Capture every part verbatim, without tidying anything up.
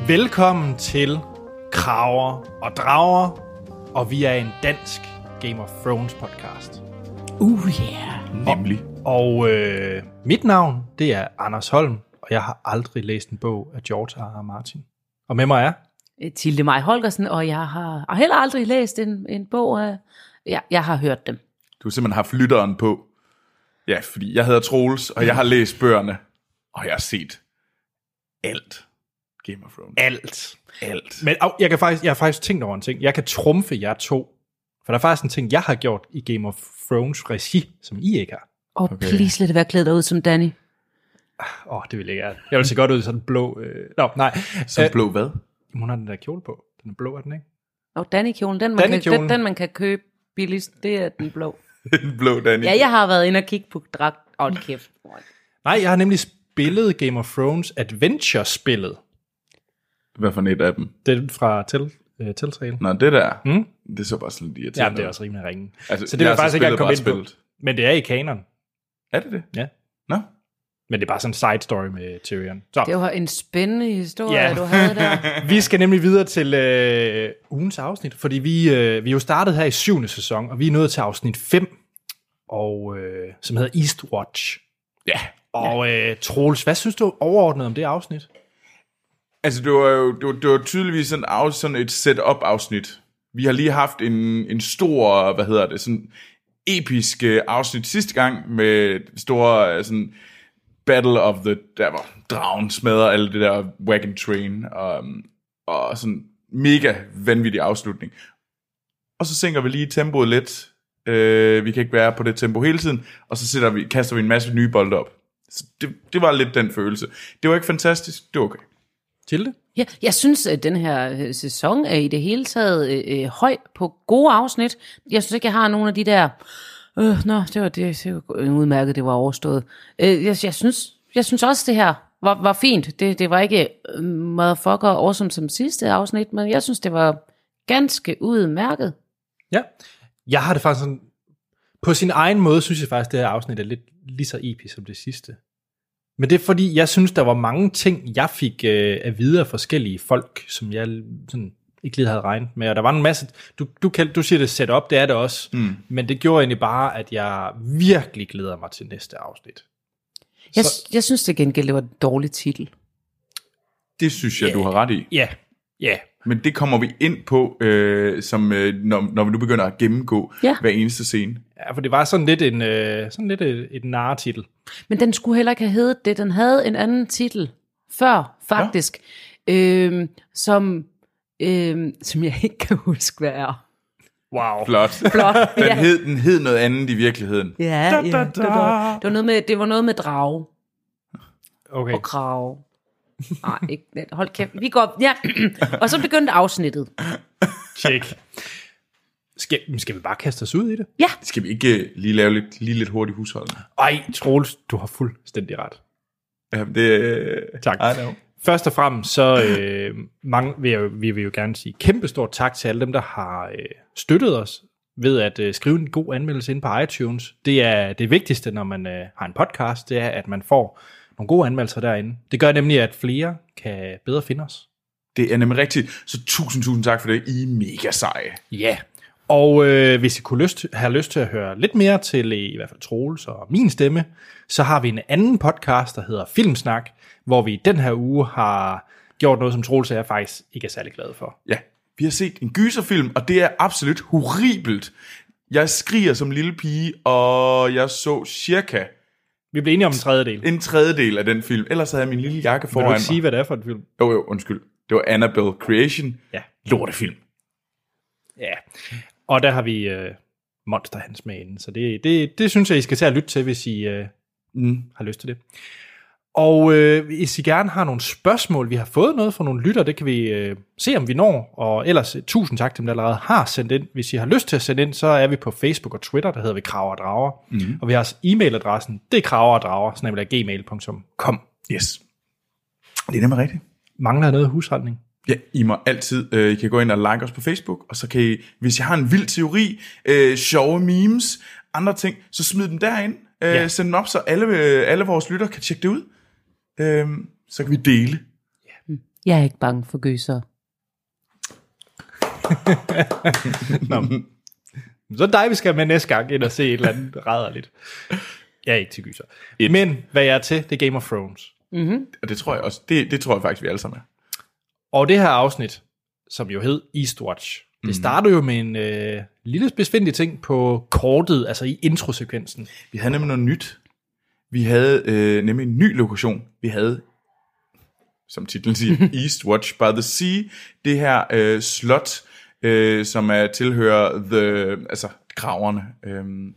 Velkommen til Kraver og Drager, og vi er en dansk Game of Thrones podcast. Uh yeah. Nemlig. Og, og øh, mit navn, det er Anders Holm, og jeg har aldrig læst en bog af George R. R. Martin. Og med mig er... Tilde Maj Holgersen, og jeg har heller aldrig læst en, en bog af... Ja, jeg har hørt dem. Du har simpelthen haft lytteren på. Ja, fordi jeg hedder Troels, og jeg har læst bøgerne, og jeg har set alt Game of Thrones. Alt. Alt. Men au, jeg, kan faktisk, jeg har faktisk tænkt over en ting. Jeg kan trumfe jer to. For der er faktisk en ting, jeg har gjort i Game of Thrones regi, som I ikke har. Åh, oh, okay. Please lad det være klædt ud som Danny. Åh, oh, det vil jeg gerne. Jeg vil se godt ud i sådan en blå... Øh... Nå, nej. Som øh, blå hvad? Hun har den der kjole på. Den er blå, er den ikke? Åh, oh, Danny-kjolen. Den man, Danny kan, den, den, man kan købe billigst, det er den blå. Den blå Danny. Ja, jeg har været inde og kigge på dragt. Åh, oh, kæft. Nej, jeg har nemlig spillet Game of Thrones Adventure-spillet. Hvad for et af dem? Det er fra til, øh, Telltale. Nå, det der. Mm? Det er så bare sådan lidt irriterende. Ja, det er også rimelig ringen. Altså, så det vil jeg faktisk ikke engang komme ind på. Spillet. Men det er i kanon. Er det det? Ja. Nå. Men det er bare sådan en side story med Tyrion. Så. Det var en spændende historie, ja. du havde der. Vi skal nemlig videre til øh, ugens afsnit, fordi vi, øh, vi er jo startet her i syvende sæson, og vi er nået til afsnit fem, og, øh, som hedder Eastwatch. Ja. Og øh, Troels, hvad synes du overordnet om det afsnit? Altså, det var jo det var, det var tydeligvis sådan, af, sådan et setup-afsnit. Vi har lige haft en, en stor, hvad hedder det, sådan episk afsnit sidste gang, med store sådan Battle of the, der var dragen smadrer alle det der wagon train, og, og sådan mega vanvittig afslutning. Og så sænker vi lige tempoet lidt. Øh, vi kan ikke være på det tempo hele tiden, og så sætter vi, kaster vi en masse nye bolde op. Så det, det var lidt den følelse. Det var ikke fantastisk, det var okay. Tilde? Ja, jeg synes, at den her sæson er i det hele taget øh, høj på gode afsnit. Jeg synes ikke, jeg har nogen af de der... Øh, nå, det var det, det var udmærket, det var overstået. Øh, jeg, jeg, synes, jeg synes også, det her var, var fint. Det, det var ikke uh, motherfucker awesome som sidste afsnit, men jeg synes, det var ganske udmærket. Ja, jeg har det faktisk sådan... På sin egen måde, synes jeg faktisk, det her afsnit er lidt lige så episk som det sidste. Men det er fordi, jeg synes, der var mange ting, jeg fik øh, at vide af forskellige folk, som jeg sådan, ikke lige havde regnet med. Og der var en masse, du, du, kan, du siger det setup, det er det også. Mm. Men det gjorde egentlig bare, at jeg virkelig glæder mig til næste afsnit. Jeg, jeg synes det gengæld, det var en dårlig titel. Det synes jeg, yeah. du har ret i. Ja, yeah. ja. Yeah. Men det kommer vi ind på, øh, som, øh, når, når vi nu begynder at gennemgå yeah. hver eneste scene. Ja, for det var sådan lidt en øh, sådan lidt et, et narretitel. Men den skulle heller ikke have heddet det. Den havde en anden titel før, faktisk, ja. øh, som, øh, som jeg ikke kan huske, hvad er. Wow. Flot. Flot. Den, ja. hed, den hed noget andet i virkeligheden. Ja, da, da, da. Ja. Det, var, det, var noget med, det var noget med drage. Okay. Og krave. Nej, ikke. Hold kæft. Vi går, ja. Og så begyndte afsnittet. Tjek. Skal, skal vi bare kaste os ud i det? Ja. Skal vi ikke lige lave lidt, lige lidt hurtigt husholdning? Ej, Troels, du har fuldstændig ret. Ja, det... Tak. Først og fremmest, så øh, mange, vil jeg, vi vil jo gerne sige kæmpestort tak til alle dem, der har øh, støttet os ved at øh, skrive en god anmeldelse ind på iTunes. Det er det vigtigste, når man øh, har en podcast, det er, at man får nogle gode anmeldelser derinde. Det gør nemlig, at flere kan bedre finde os. Det er nemlig rigtigt. Så tusind, tusind tak for det. I er mega seje. Ja. Yeah. Og øh, hvis I kunne lyst, have lyst til at høre lidt mere til i hvert fald Troels og min stemme, så har vi en anden podcast, der hedder Filmsnak, hvor vi den her uge har gjort noget, som Troels og jeg faktisk ikke er særlig glade for. Ja, vi har set en gyserfilm, og det er absolut horribelt. Jeg skriger som lille pige, og jeg så cirka... Vi blev enige om en tredjedel. En tredjedel af den film. Ellers havde jeg min lille jakke foran mig. Vil du ikke sige, hvad det er for en film? Jo, jo, undskyld. Det var Annabelle Creation. Ja. Lortefilm. Ja. Og der har vi øh, Monster Hans med inden. Så det, det, det synes jeg, I skal til at lytte til, hvis I øh, mm. har lyst til det. Og øh, hvis I gerne har nogle spørgsmål, vi har fået noget fra nogle lytter, det kan vi øh, se, om vi når. Og ellers øh, tusind tak til dem, der allerede har sendt ind. Hvis I har lyst til at sende ind, så er vi på Facebook og Twitter, der hedder vi Kraver og Drager. Mm. Og vi har e-mailadressen, det er kraver og drager, snabel-a gmail punktum com. Yes. Det er nemlig rigtigt. Mangler noget husholdning? Ja, I må altid, øh, I kan gå ind og like os på Facebook, og så kan I, hvis I har en vild teori, øh, sjove memes, andre ting, så smid dem derind, øh, ja. Send dem op, så alle, øh, alle vores lytter kan tjekke det ud. Øh, så kan vi dele. Ja. Jeg er ikke bange for gyser. Nå. Så er det dig, vi skal med næste gang ind og se et eller andet rædderligt. Jeg er ikke til gyser. Et. Men hvad jeg er til, det er Game of Thrones. Mm-hmm. Og det tror jeg også. Det, det tror jeg faktisk, vi alle sammen er. Og det her afsnit, som jo hed Eastwatch, det starter jo med en øh, lille besvindelig ting på kortet, altså i introsekvensen. Vi havde nemlig noget nyt. Vi havde øh, nemlig en ny lokation. Vi havde, som titlen siger, Eastwatch by the Sea. Det her øh, slot, øh, som er tilhører the, altså graverne. Øhm.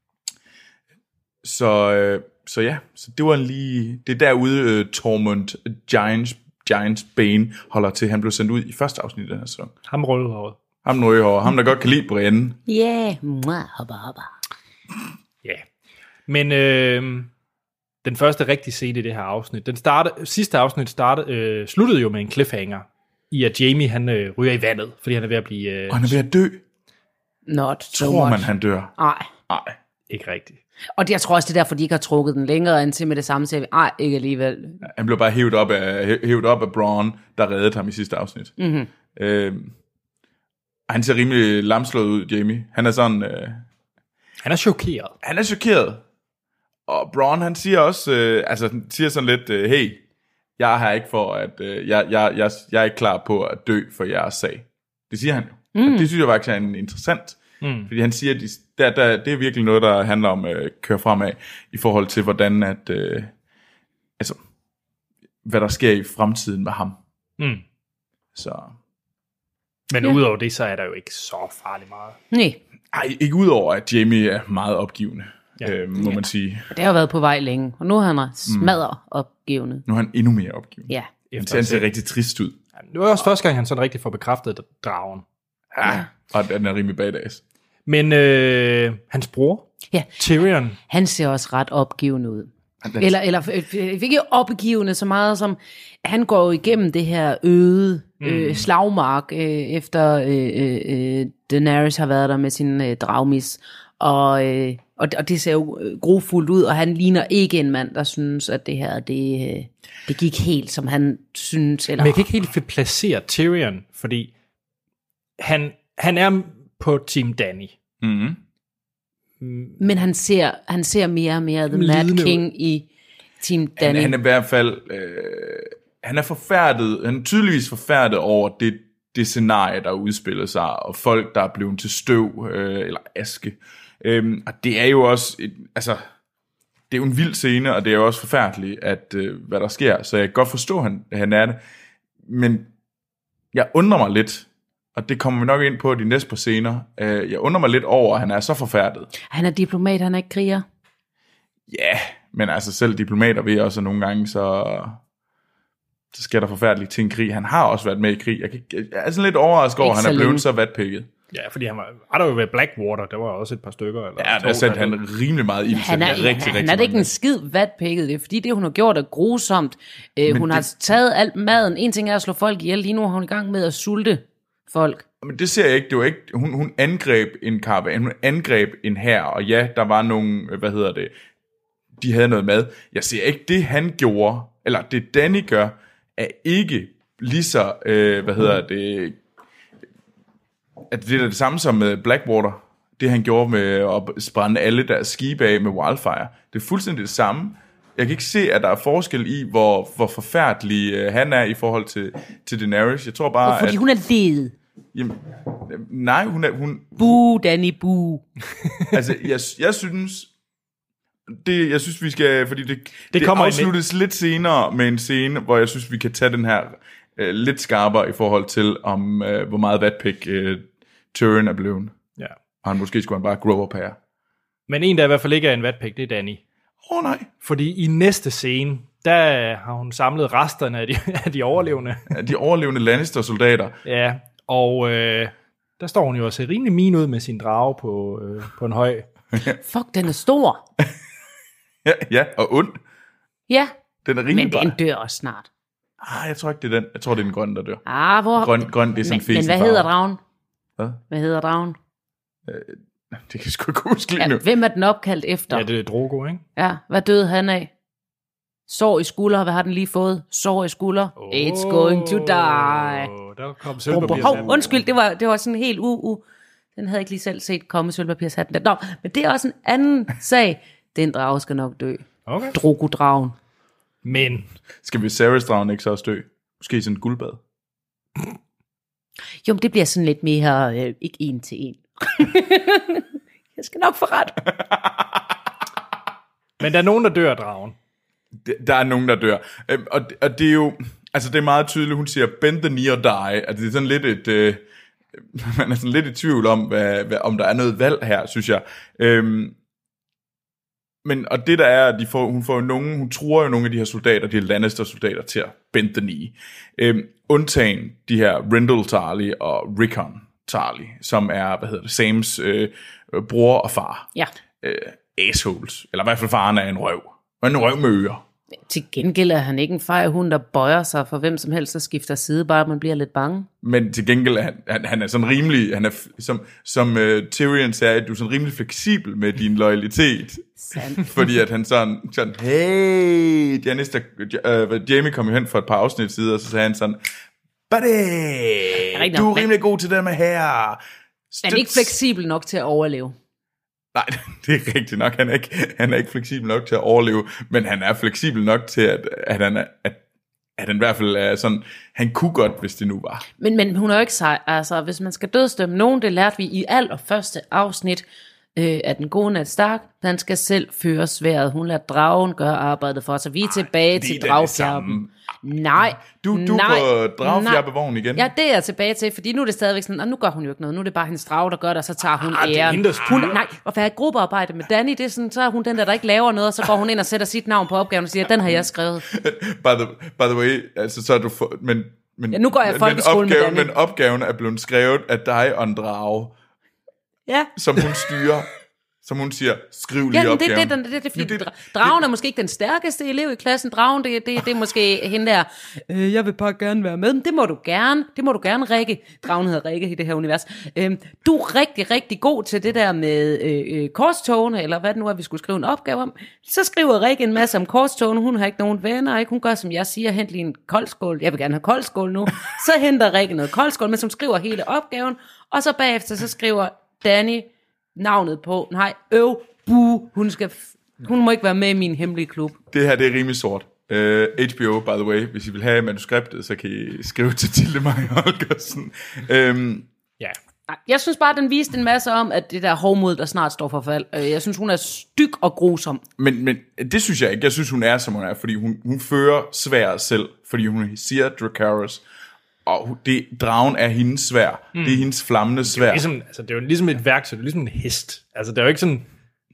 Så, øh, så ja, så det var lige, det er derude øh, Tormund Giants, Giants Bane holder til. Han blev sendt ud i første afsnit af den her sæson. Ham rødhåret. Ham rødhåret, ham der godt kan lide Brienne. Ja, yeah. hoppa, hoppa. Ja. Men øh, den første rigtige scene i det her afsnit, den startede, sidste afsnit startede, øh, sluttede jo med en cliffhanger, i at Jamie han øh, ryger i vandet, fordi han er ved at blive... Øh, Og han er ved at dø. Not so Tror man, much. han dør? Nej. Nej. ikke rigtigt. Og det, jeg tror også, det er derfor, de ikke har trukket den længere end til med det samme. Så nej, ikke alligevel. Han blev bare hævet op af, hævet op af Bronn, der reddede ham i sidste afsnit. Mm-hmm. Øh, han ser rimelig lamslået ud, Jamie. Han er sådan... Øh, Han er chokeret. han er chokeret. Og Bronn, han siger også, øh, altså han siger sådan lidt, øh, hey, jeg er her ikke for, at øh, jeg, jeg, jeg, jeg er ikke klar på at dø for jeres sag. Det siger han jo. Mm. Og det synes jeg faktisk er en interessant, mm. fordi han siger, at de, der, der, det er virkelig noget, der handler om at øh, køre fremad, i forhold til hvordan, at, øh, altså, hvad der sker i fremtiden med ham. Mm. Så... Men Ja. udover det, så er der jo ikke så farligt meget. Nej, Ej, ikke udover, at Jamie er meget opgivende, Ja. øh, må man sige. det har været på vej længe. Og nu er han smadret opgivende. Nu er han endnu mere opgivende. Ja. Han ser, han ser rigtig trist ud. Det var også første gang, han sådan rigtig får bekræftet dragen. Ja. Og den er rimelig badass. Men øh, hans bror, Ja. Tyrion, Han ser også ret opgivende ud. Han- Eller, eller øh, ikke opgivende så meget som, han går jo igennem det her øde øh, slagmark, øh, efter øh, øh, Daenerys har været der med sin øh, dragmis. Og, øh, og, og det ser jo øh, grofuldt ud, og han ligner ikke en mand, der synes, at det her, det, øh, det gik helt, som han synes. Eller, men jeg kan ikke helt placere Tyrion, fordi han, han er på Team Dany. Mm-hmm. men han ser, han ser mere og mere The Mad Lidende King i Team Han, Dany. han er i hvert fald, øh, han er forfærdet, han er tydeligvis forfærdet over det, det scenarie, der udspiller sig, og folk, der er blevet til støv, øh, eller aske. Øhm, og det er jo også, et, altså, det er jo en vild scene, og det er jo også forfærdeligt, at, øh, hvad der sker, så jeg kan godt forstå, at han, han er det. Men jeg undrer mig lidt, og det kommer vi nok ind på de næste par scener, øh, jeg undrer mig lidt over, at han er så forfærdet. Han er diplomat, han er ikke kriger. Ja, men altså selv diplomater ved også, at nogle gange, så, så sker der forfærdelige ting i krig. Han har også været med i krig. Jeg, kan, jeg er sådan lidt overrasket over, Ikke at så han er blevet længe. så vatpikket. Ja, fordi han var, var der jo ved Blackwater, der var også et par stykker. Eller Ja, to, der satte der- han rimelig meget ild til. Han er, rigtig, han, rigtig han er da ikke mange. en skid vatpikket. Det er fordi, det hun har gjort er grusomt. Øh, hun det- har taget alt maden. En ting er at slå folk ihjel. Lige nu er hun i gang med at sulte folk. Men det ser jeg ikke. Det var ikke hun, hun angreb en karavan. Hun angreb en hær, og ja, der var nogle, hvad hedder det, de havde noget mad. Jeg ser ikke, det han gjorde, eller det Dany gør, er ikke lige så, øh, hvad hedder det, at det er det samme som med Blackwater. Det han gjorde med at brænde alle deres skibe af med wildfire. Det er fuldstændig det samme. Jeg kan ikke se, at der er forskel i, hvor, hvor forfærdelig øh, han er i forhold til, til Daenerys. Jeg tror bare, Og fordi at... hun er led. Jamen, nej, hun er... Hun, Buh, Danny, buh. altså, jeg, jeg synes... Det, jeg synes, vi skal... Fordi det, det, det kommer i afsluttes lidt senere med en scene, hvor jeg synes, vi kan tage den her øh, lidt skarpere i forhold til, om øh, hvor meget vatpik øh, Tyrion er blevet. Ja. Og han måske skulle han bare grow up her. Men en, der i hvert fald ikke er en vatpik, det er Dany. Åh oh, nej. Fordi i næste scene, der har hun samlet resterne af de, af de overlevende. De overlevende Lannister-soldater. Ja, og øh, der står hun jo og ser rimelig min ud med sin drage på, øh, på en høj. Fuck, den er stor. Ja, ja, og ond. Ja, Den er rimelig men bare. den dør også snart. Ah, jeg tror ikke, det er den. Jeg tror, det er den grønne, der dør. Ah, hvor... Grøn, grøn det er sådan men, men hvad hedder dragen? Hvad? Hvad hedder dragen? Det kan jeg sgu ikke huske lige Ja, nu. hvem er den opkaldt efter? Ja, det er Drogo, ikke? Ja, hvad døde han af? Sår i skulder, hvad har den lige fået? Sår i skulder. Oh, it's going to die. Der kom Hov, sølvpapirshatten. undskyld, det var, det var sådan helt u, u. Den havde jeg ikke lige selv set komme, sølvpapirshatten. Nå, men det er også en anden sag. Den drage skal nok dø. Okay. Drogodragen. Men Skal vi Sarah's-dragen ikke så også dø? Måske i sådan et guldbad. Jo, men det bliver sådan lidt mere, øh, ikke en til en. Jeg skal nok få ret. Men der er nogen, der dør af dragen. Der er nogen, der dør. Øhm, Og, og det er jo, altså det er meget tydeligt, hun siger, bend the knee or die. Altså det er sådan lidt et, øh, man er sådan lidt i tvivl om, hvad, hvad, om der er noget valg her, synes jeg. Øhm, men, og det der er, de får, hun får jo nogen, hun truer jo nogle af de her soldater, de her Lannister-soldater til at bend the knee. Øhm, undtagen de her Rendell Tarly og Rickon Tarly, som er, hvad hedder det, Sams øh, bror og far. Ja. Øh, assholes. Eller i hvert fald faren er en røv. Og en røv med ører. Til gengæld er han ikke en fejrhund, der bøjer sig for hvem som helst og skifter side, bare man bliver lidt bange. Men til gengæld er han, han, han er sådan rimelig, han er, f- som, som uh, Tyrion sagde, at du er sådan rimelig fleksibel med din loyalitet. Sandt. Fordi at han sådan, sådan hey, Janice, der, uh, Jamie kom jo hen for et par afsnit siden, og så sagde han sådan, buddy, du er rimelig god til det med her. Han er ikke fleksibel nok til at overleve. Nej, det er rigtigt nok. Han er, ikke, han er ikke fleksibel nok til at overleve, men han er fleksibel nok til, at, at, han, er, at, at han i hvert fald er sådan, han kunne godt, hvis det nu var. Men, men hun er jo ikke sej. Altså, hvis man skal dødstømme nogen, det lærte vi i allerførste afsnit øh, af Den Gode Ned Stark. Han skal selv føre sværet. Hun lader dragen gøre arbejdet for os, så vi er tilbage til dragfjerben. Nej, Du, du nej, er på dragfjerbevognen igen? Ja, det er jeg tilbage til, fordi nu er det stadigvæk sådan, og nu gør hun jo ikke noget. Nu er det bare hendes drage, der gør det, og så tager hun Ah, det er æren. hende, der styrer. Hun, nej, og for at gruppearbejde med Danny, det er sådan, så er hun den der, der ikke laver noget, og så går hun ind og sætter sit navn på opgaven og siger, den har jeg skrevet. by, the, by the way, altså så er du for, men, men, Ja, nu går jeg i men, folkeskole med opgaven, Danny. men opgaven er blevet skrevet af dig og en drage, Ja. som hun styrer, som hun siger, skriv lige Ja, men det, opgaven. det, det, det, det, det, Men det, det, dragen er måske ikke den stærkeste elev i klassen. Dragen, det, det, det er måske hende der, øh, jeg vil bare gerne være med. Men det må du gerne. Det må du gerne, Rikke. Dragen hedder Rikke i det her univers. Øhm, du er rigtig, rigtig god til det der med øh, korstogene, eller hvad det nu er, vi skulle skrive en opgave om. Så skriver Rikke en masse om korstogene. Hun har ikke nogen venner, ikke? Hun gør, som jeg siger, hent lige en koldskål. Jeg vil gerne have koldskål nu. Så henter Rikke noget koldskål, men som skriver hele opgaven. Og så bagefter, så skriver Danny navnet på, nej, øv, bu, hun, skal, hun må ikke være med i min hemmelige klub. Det her, det er rimelig sort. Uh, H B O, by the way, hvis I vil have manuskriptet, så kan I skrive til Tilde Marie Holgersen. Um, Ja. Jeg synes bare, den viste en masse om, at det der hovmod, der snart står for fald. Jeg synes, hun er styg og grusom. men, men det synes jeg ikke. Jeg synes, hun er, som hun er, fordi hun, hun fører svær selv, fordi hun siger Dracarys, og det, dragen er hendes svær. Mm. Det er hendes flammende svær. Det er, ligesom, altså, det er jo ligesom et værktøj, det er ligesom en hest. Altså, det er jo ikke sådan...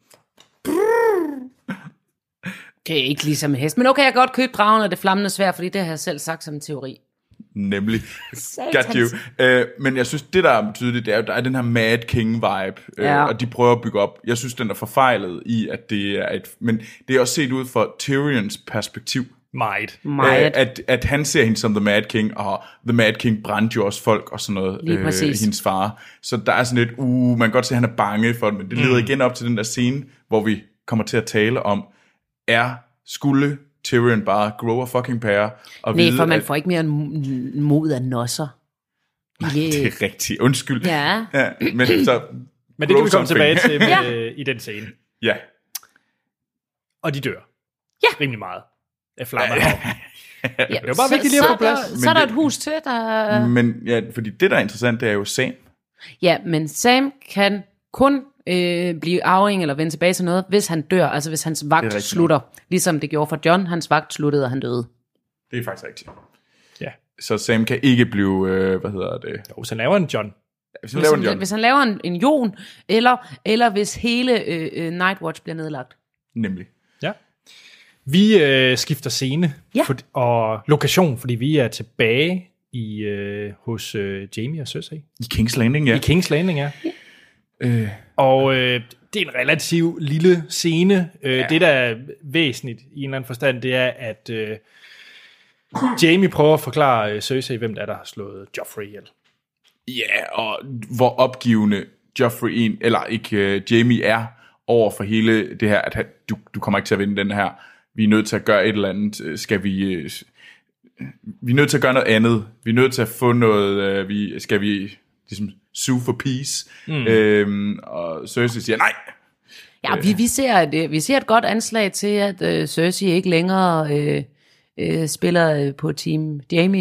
Det er ikke ligesom en hest. Men okay, jeg kan godt købe dragen og det flammende svær, fordi det har jeg selv sagt som en teori. Nemlig. Got you. Uh, men jeg synes, det der er tydeligt, det er, at der er den her Mad King-vibe, uh, Ja. og de prøver at bygge op. Jeg synes, den er forfejlet i, at det er et... Men det er også set ud fra Tyrions perspektiv. Meget. Meget. Uh, at, at han ser hende som The Mad King, og The Mad King brændte jo også folk og sådan noget. Lige præcis. hendes far. Så der er sådan et, uh, man kan godt se, at han er bange for det, men det leder mm. igen op til den der scene, hvor vi kommer til at tale om, er, skulle Tyrion bare grow a fucking pair, og Nej, vide, for man at, får ikke mere en mod af nosser. Nej, det er rigtigt. Undskyld. Ja. ja men så... Men det kan vi komme something. tilbage til med, Ja. øh, i den scene. Ja. Og de dør. Ja. Rimelig meget. Af flammer. Ja. Det var bare vigtigt lige at få plads. Så, så er der det- et hus til, der... Men ja, fordi det, der er interessant, det er jo Sam. Ja, men Sam kan kun øh, blive arving eller vende tilbage til noget, hvis han dør, altså hvis hans Det er vagt rigtigt. slutter. Ligesom det gjorde for John, hans vagt sluttede, og han døde. Det er faktisk rigtigt. Ja. Så Sam kan ikke blive, øh, hvad hedder det? Jo, så laver en John. Hvis Hvis han laver en han, John. hvis han laver en, en Jon, eller, eller hvis hele øh, øh, Nightwatch bliver nedlagt. Nemlig. Ja. Vi øh, skifter scene Ja. for, og lokation, fordi vi er tilbage i øh, hos øh, Jamie og Cersei. I King's Landing, ja. I King's Landing, ja. Øh, Og øh, det er en relativt lille scene. Øh, Ja. ja. Det, der er væsentligt i en eller anden forstand, det er, at øh, Jamie prøver at forklare øh, Cersei, hvem der er, der har slået Joffrey ihjel. ja, og hvor opgivende Joffrey en, eller ikke uh, Jamie er over for hele det her, at han, du, du kommer ikke til at vinde den her. vi er nødt til at gøre et eller andet, skal vi, øh, vi er nødt til at gøre noget andet, vi er nødt til at få noget, øh, vi, skal vi ligesom sue for peace, mm. øhm, og Cersei siger nej. Ja, vi, vi, ser et, vi ser et godt anslag til, at øh, Cersei ikke længere øh, øh, spiller på Team Jaime,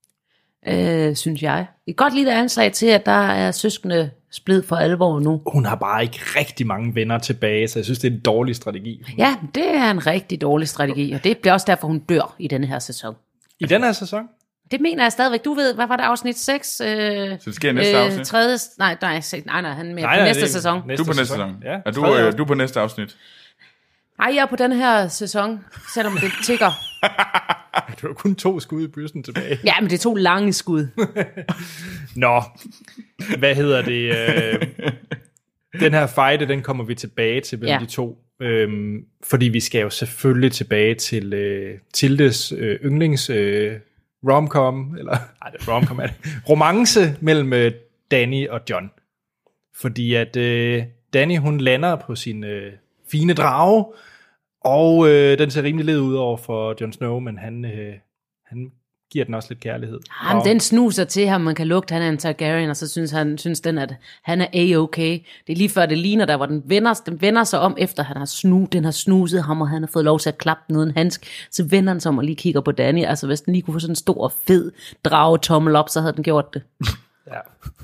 øh, synes jeg. Et godt lille anslag til, at der er søskende splid for alvor nu. Hun har bare ikke rigtig mange venner tilbage, så jeg synes, det er en dårlig strategi. Ja, det er en rigtig dårlig strategi, og det bliver også derfor, hun dør i denne her sæson. I den her sæson? Det mener jeg stadigvæk. Du ved, hvad var det, afsnit seks? Øh, så det sker næste øh, afsnit? Tredje, nej, nej, nej, nej, han er nej, på nej, næste sæson. Næste du er på næste sæson. sæson. Ja, er du, øh, du er på næste afsnit? Ej, jeg er på den her sæson, selvom det tigger. Du har kun to skud i brysten tilbage. Ja, men det er to lange skud. Nå, hvad hedder det? Øh, den her fight, den kommer vi tilbage til mellem ja. de to. Øhm, fordi vi skal jo selvfølgelig tilbage til øh, Tildes øh, yndlings øh, romcom, eller nej, det er romcom, er det, romance mellem øh, Dany og Jon. Fordi at øh, Dany, hun lander på sin øh, fine drage, og øh, den ser rimelig led ud over for Jon Snow, men han, øh, han giver den også lidt kærlighed. Jamen, og den snuser til ham, man kan lugte, han er en Targaryen, og så synes han, synes den, at han er a-okay. Det er lige før, det ligner der, hvor den vender, den vender sig om, efter han har snu, den har snuset ham, og han har fået lov til at klappe den uden handsk. Så vender den sig om og lige kigger på Dany. Altså, hvis den lige kunne få sådan en stor, fed drage tommel op, så havde den gjort det. Ja.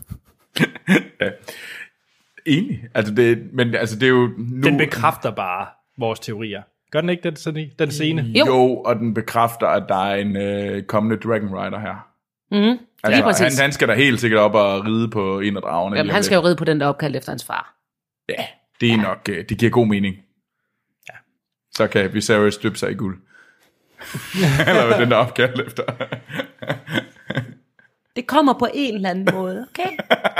Ja. Enig. Altså, det, men altså, det er jo nu... Den bekræfter bare vores teorier. Gør den ikke den, sådan, den scene? Jo. jo, og den bekræfter, at der er en øh, kommende Dragon Rider her. Mm. Altså, han, han skal da helt sikkert op og ride på en af dragerne. Jamen, han skal jo ride på den, der er opkaldt efter hans far. Ja, det er ja. nok, det giver god mening. Ja. Så kan Viserys dyppe sig i guld. Eller hvad den der er opkaldt efter. Det kommer på en eller anden måde, okay?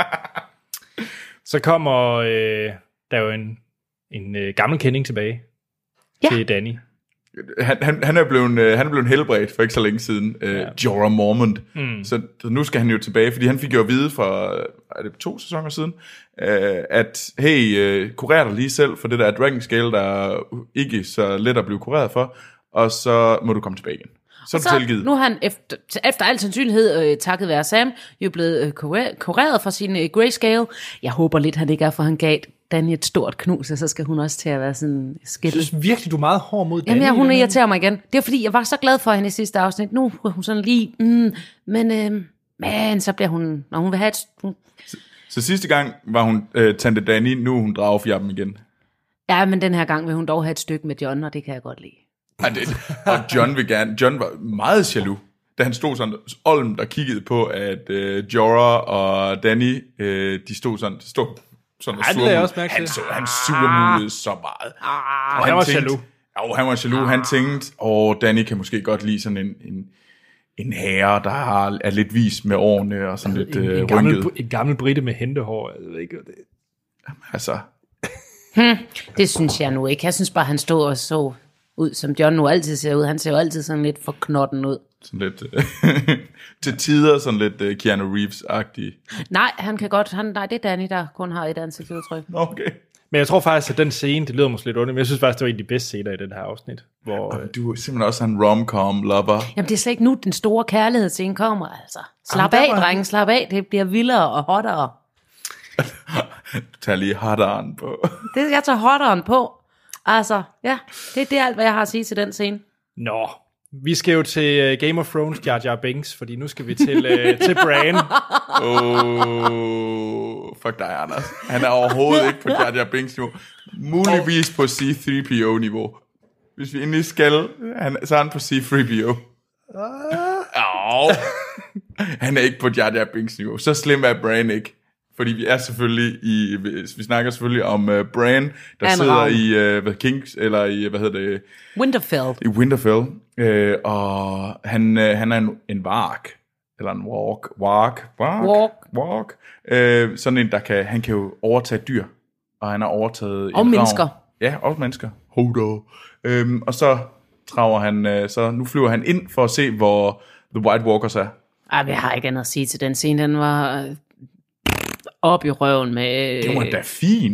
Så kommer øh, der jo en, en øh, gammel kending tilbage. Ja. Til Dany. Han, han, han, er blevet, han er blevet helbredt for ikke så længe siden, ja. uh, Jorah Mormont. Mm. Så, så nu skal han jo tilbage, fordi han fik jo at vide for er det to sæsoner siden, uh, at hey, uh, kurer dig lige selv for det der Dragon Scale, der er ikke så let at blive kureret for, og så må du komme tilbage igen. Så, så tilgivet. Nu er han efter, efter al sandsynlighed, øh, takket være Sam, jo blevet øh, kureret for sin øh, grayscale. Jeg håber lidt, han ikke er, for han gav Dany et stort knus, og så skal hun også til at være sådan skidt. Jeg synes virkelig, du er meget hård mod Dany. Jamen, ja, hun irriterer mig igen. Det er fordi, jeg var så glad for hende i sidste afsnit. Nu er hun sådan lige, mm, men, øh, men så bliver hun, når hun vil have et... Hun... Så, så sidste gang var hun øh, tante Dany, nu er hun dragefjappen igen. Ja, men den her gang vil hun dog have et stykke med Jon, og det kan jeg godt lide. Ja, det, og Jon vil gerne, Jon var meget jaloux, da han stod sådan, Olm der kiggede på, at øh, Jorah og Dany, øh, de stod sådan, stod sådan og surmulede. Han, så, han surmulede så meget. Ah, og han var jaloux. Jo, han var jaloux. Han tænkte, åh, Dany kan måske godt lide sådan en, en, en herre, der har, er lidt vis med årene og sådan lidt en, øh, en gammel, rynket. En gammel brite med hentehår, jeg ved ikke, det. Altså. Hmm, det synes jeg nu ikke. Jeg synes bare, han stod og så ud, som Jon nu altid ser ud. Han ser jo altid sådan lidt for knotten ud. Sådan lidt, øh, til tider sådan lidt uh, Keanu Reeves-agtig. Nej, han kan godt, han, nej, det er Dany, der kun har et ansigtsudtryk. Okay. Men jeg tror faktisk, at den scene, det lyder måske lidt ondt, men jeg synes faktisk, det var en af de bedste scener i den her afsnit. Hvor, øh... Du er simpelthen også en rom-com-lover. Jamen, det er slet ikke nu, den store kærlighedsscene kommer, altså. Slap Jamen, af, var... drenge, slap af. Det bliver vildere og hottere. Du tager lige hotteren på. Det, jeg tager hotteren på. Altså, ja, det, det er alt, hvad jeg har at sige til den scene. Nå, vi skal jo til Game of Thrones, Jar Jar Binks, fordi nu skal vi til, uh, til Bran. Oh, fuck dig, Anders. Han er overhovedet ikke på Jar Jar Binks niveau. Muligvis på C tre P O niveau. Hvis vi endelig skal, han, så er han på C tre P O. Oh. Han er ikke på Jar Jar Binks niveau. Så slem er Bran ikke. Fordi vi er selvfølgelig i, vi snakker selvfølgelig om uh, Bran, der An sidder ravn. i uh, Kings, eller i, hvad hedder det? Winterfell. I Winterfell. Uh, og han, uh, han er en, en vark, eller en walk, walk, walk, walk. walk. Uh, sådan en, der kan, han kan jo overtage dyr, og han har overtaget og mennesker. Ravn. Ja, også mennesker. Hodo. Um, og så traver han, uh, så nu flyver han ind for at se, hvor The White Walkers er. Ej, jeg har ikke andet at sige til den scene, den var op i røven med... Det var da fin.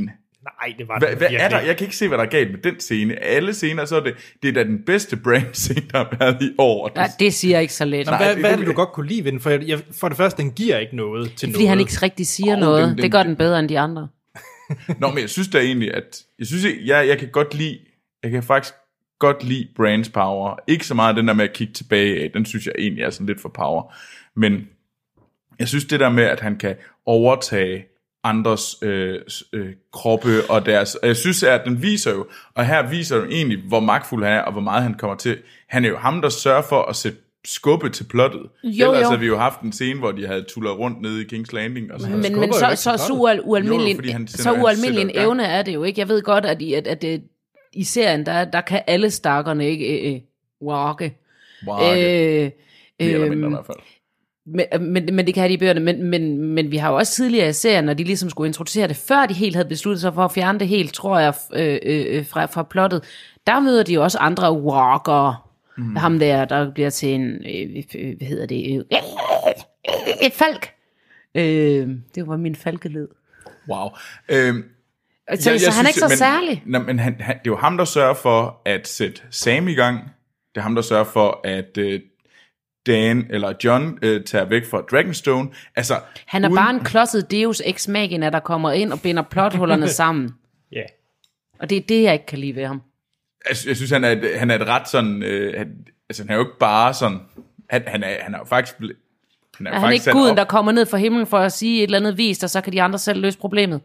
Nej, det var Hva, det hvad virkelig. er der? Jeg kan ikke se, hvad der er galt med den scene. Alle scener, så er det, det er da den bedste Bran-scene, der har været i år. Nej, det siger ikke så lidt. Nå, hvad, hvad er det, du godt kunne lide ved den? For, jeg, for det første, den giver ikke noget til Fordi noget. han ikke rigtig siger Oh, noget. den- den- Det gør den bedre end de andre. Nå, men jeg synes da egentlig, at... Jeg synes, jeg, jeg kan godt lide... Jeg kan faktisk godt lide Brands power. Ikke så meget den der med at kigge tilbage af. Den synes jeg egentlig er sådan lidt for power. Men jeg synes det der med, at han kan overtage andres øh, øh, kroppe og deres... Og jeg synes, at den viser jo... Og her viser den egentlig, hvor magtfuld han er, og hvor meget han kommer til... Han er jo ham, der sørger for at sætte skubbe til plottet. Jo, Ellers jo. havde vi jo haft en scene, hvor de havde tullet rundt nede i King's Landing. Og sådan Men, skubber men jo så, væk så, til så, plottet. ual, ualmindelig, Jo, fordi han så sender- han ualmindelig en sætter i gang. evne er det jo ikke. Jeg ved godt, at, i- at, at, at i serien, der, der kan alle stakkerne ikke øh, øh, walke. Wow, øh, Øh, mere eller øhm, mindre i hvert fald. Men, men, men det kan have de i bøgerne, men, men, men vi har jo også tidligere i serien, når de ligesom skulle introducere det, før de helt havde besluttet sig for at fjerne det helt, tror jeg, øh, øh, fra, fra plottet, der møder de jo også andre walkere. Mm. Ham der, der bliver til en, øh, øh, hvad hedder det, øh, et falk. Øh, det var min falkelyd. Wow. Øhm, Så, jeg- så jeg han er synes, ikke så men, særlig. Nå, men han, han, det er jo ham, der sørger for at sætte Sam i gang. Det er ham, der sørger for, at øh, Dan eller John øh, tager væk fra Dragonstone. Altså, Han er uden- bare en klodset deus ex machina, der kommer ind og binder plothullerne sammen. Ja. Og det er det, jeg ikke kan lide ved ham. Jeg, jeg synes, han er, et, han er et ret sådan... Øh, han, altså, han er jo ikke bare sådan... Han, han, er, han er jo faktisk... ble- Han er, Er han faktisk ikke sat guden, op- der kommer ned fra himlen for at sige et eller andet vist, og så kan de andre selv løse problemet?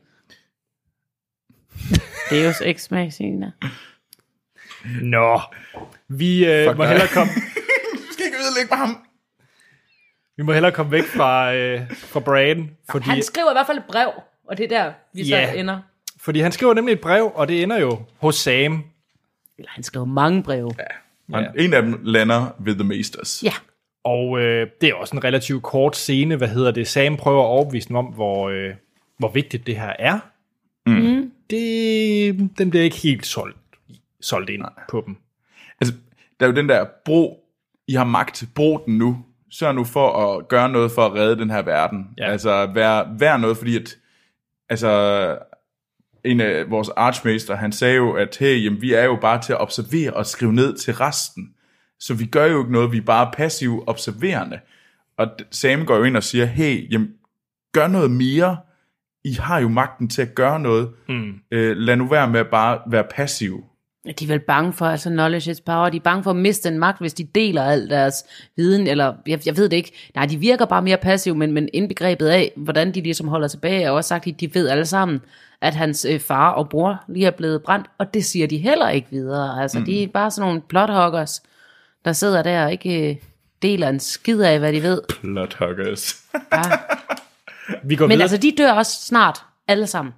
Deus ex machina. Nå, vi øh, Fuck må dig. hellere komme... Du skal ikke ødelægge på ham. Vi må hellere komme væk fra, øh, fra Bran, fordi, Han skriver i hvert fald et brev, og det er der, vi så Ja. ender. fordi han skriver nemlig et brev, og det ender jo hos Sam. Eller han skriver mange breve. Ja. Ja. En af dem lander ved The Maesters. ja. Og øh, det er også en relativt kort scene, hvad hedder det? Sam prøver at overbevise dem om, hvor, øh, hvor vigtigt det her er. Mm. Det, den bliver ikke helt solgt, solgt ind på dem. Altså, der er jo den der, bro, I har magt, brug den nu. Sørg nu for at gøre noget for at redde den her verden. Ja. Altså, vær, vær noget, fordi at, altså, en af vores archmester, han sagde jo, at hey, jamen, vi er jo bare til at observere og skrive ned til resten. Så vi gør jo ikke noget, vi er bare passivt observerende. Og Sam går jo ind og siger, hey, jamen, gør noget mere. I har jo magten til at gøre noget. Mm. Øh, lad nu være med at bare være passiv. De er vel bange for, altså knowledge is power, de er bange for at miste den magt, hvis de deler al deres viden, eller jeg, jeg ved det ikke. Nej, de virker bare mere passive, men, men indbegrebet af, hvordan de ligesom holder tilbage, er også sagt, at de ved alle sammen, at hans øh, far og bror lige er blevet brændt, og det siger de heller ikke videre. Altså, mm. de er bare sådan nogle plothuggers, der sidder der og ikke øh, deler en skid af, hvad de ved. Plothuggers. Ja. Vi går Men videre. altså, de dør også snart, alle sammen.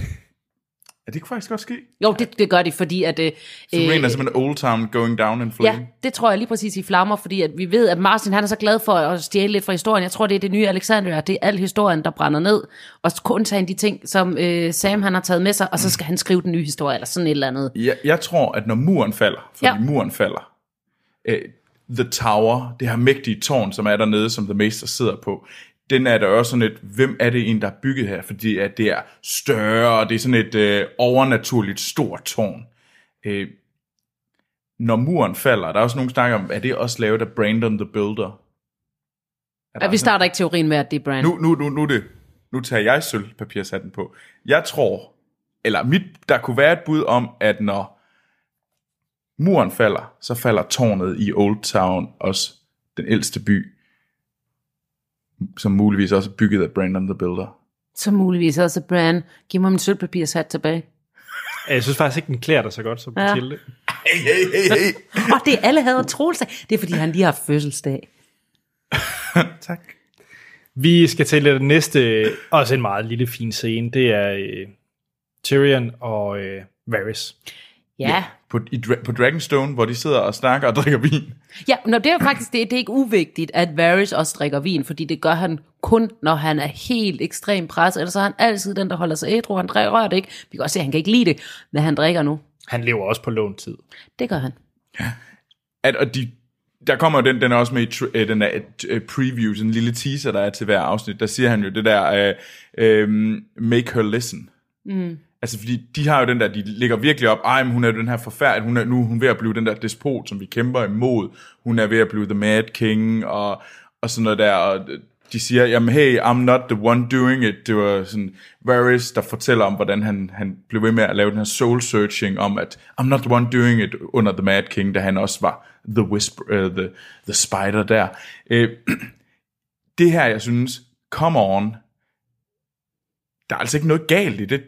Ja, det kunne faktisk godt ske. Jo, det, det gør de, fordi at... Øh, Så øh, er simpelthen Old Town going down in flame. ja, det tror jeg lige præcis i flammer, fordi at vi ved, at Martin han er så glad for at stjæle lidt fra historien. Jeg tror, det er det nye Alexandria. Det er al historien, der brænder ned. Og kun tage de ting, som øh, Sam han har taget med sig, og så skal han skrive den nye historie, eller sådan et eller andet. Jeg, jeg tror, at når muren falder, fordi Ja. ja. muren falder, øh, The Tower, det her mægtige tårn, som er dernede, som The Maester sidder på, den er der også sådan et, hvem er det en, der er bygget her? Fordi at det er større, og det er sådan et øh, overnaturligt stort tårn. Øh, når muren falder, der er også nogle snakker om, er det også lavet af Brandon the Builder? Ja, vi starter ikke teorien med, at det er Bran. Nu, nu, nu, nu, det, nu tager jeg sølvpapirshatten på. Jeg tror, eller mit, der kunne være et bud om, at når muren falder, så falder tårnet i Old Town også, den ældste by, som muligvis også er bygget af Brandon the Builder. Så muligvis også Bran. Giv mig min sølvpapirshat tilbage. Jeg synes faktisk ikke, den klæder dig så godt som Ja. Mathilde. Hey, hey, hey, hey. Og det er alle havde Troels. Det er fordi, han lige har haft fødselsdag. Tak. Vi skal til det næste, også en meget lille fin scene. Det er øh, Tyrion og øh, Varys. Ja. På, i, Dra- på Dragonstone, hvor de sidder og snakker og drikker vin. Ja, nå, det er jo faktisk det, det er ikke uvigtigt, at Varys også drikker vin, fordi det gør han kun, når han er helt ekstremt presset, ellers så er han altid den, der holder sig ædru. Han drikker, rører det ikke. Vi kan også se, at han kan ikke lide det, men han drikker nu. Han lever også på låntid. Det gør han. At, og de, der kommer jo den, den er også med i tr- øh, den der øh, preview, sådan en lille teaser, der er til hver afsnit. Der siger han jo det der, øh, øh, make her listen. Mm. Altså, fordi de har jo den der, de ligger virkelig op, ej, men hun er jo den her forfærdelig, hun er, nu er hun ved at blive den der despot, som vi kæmper imod, hun er ved at blive the Mad King, og, og sådan noget der, og de siger, jamen hey, I'm not the one doing it. Det var sådan Varys, der fortæller om, hvordan han, han blev ved med at lave den her soul-searching, om at I'm not the one doing it, under the Mad King, da han også var the, whisper, uh, the, the spider der. Uh, det her, jeg synes, come on, der er altså ikke noget galt i det,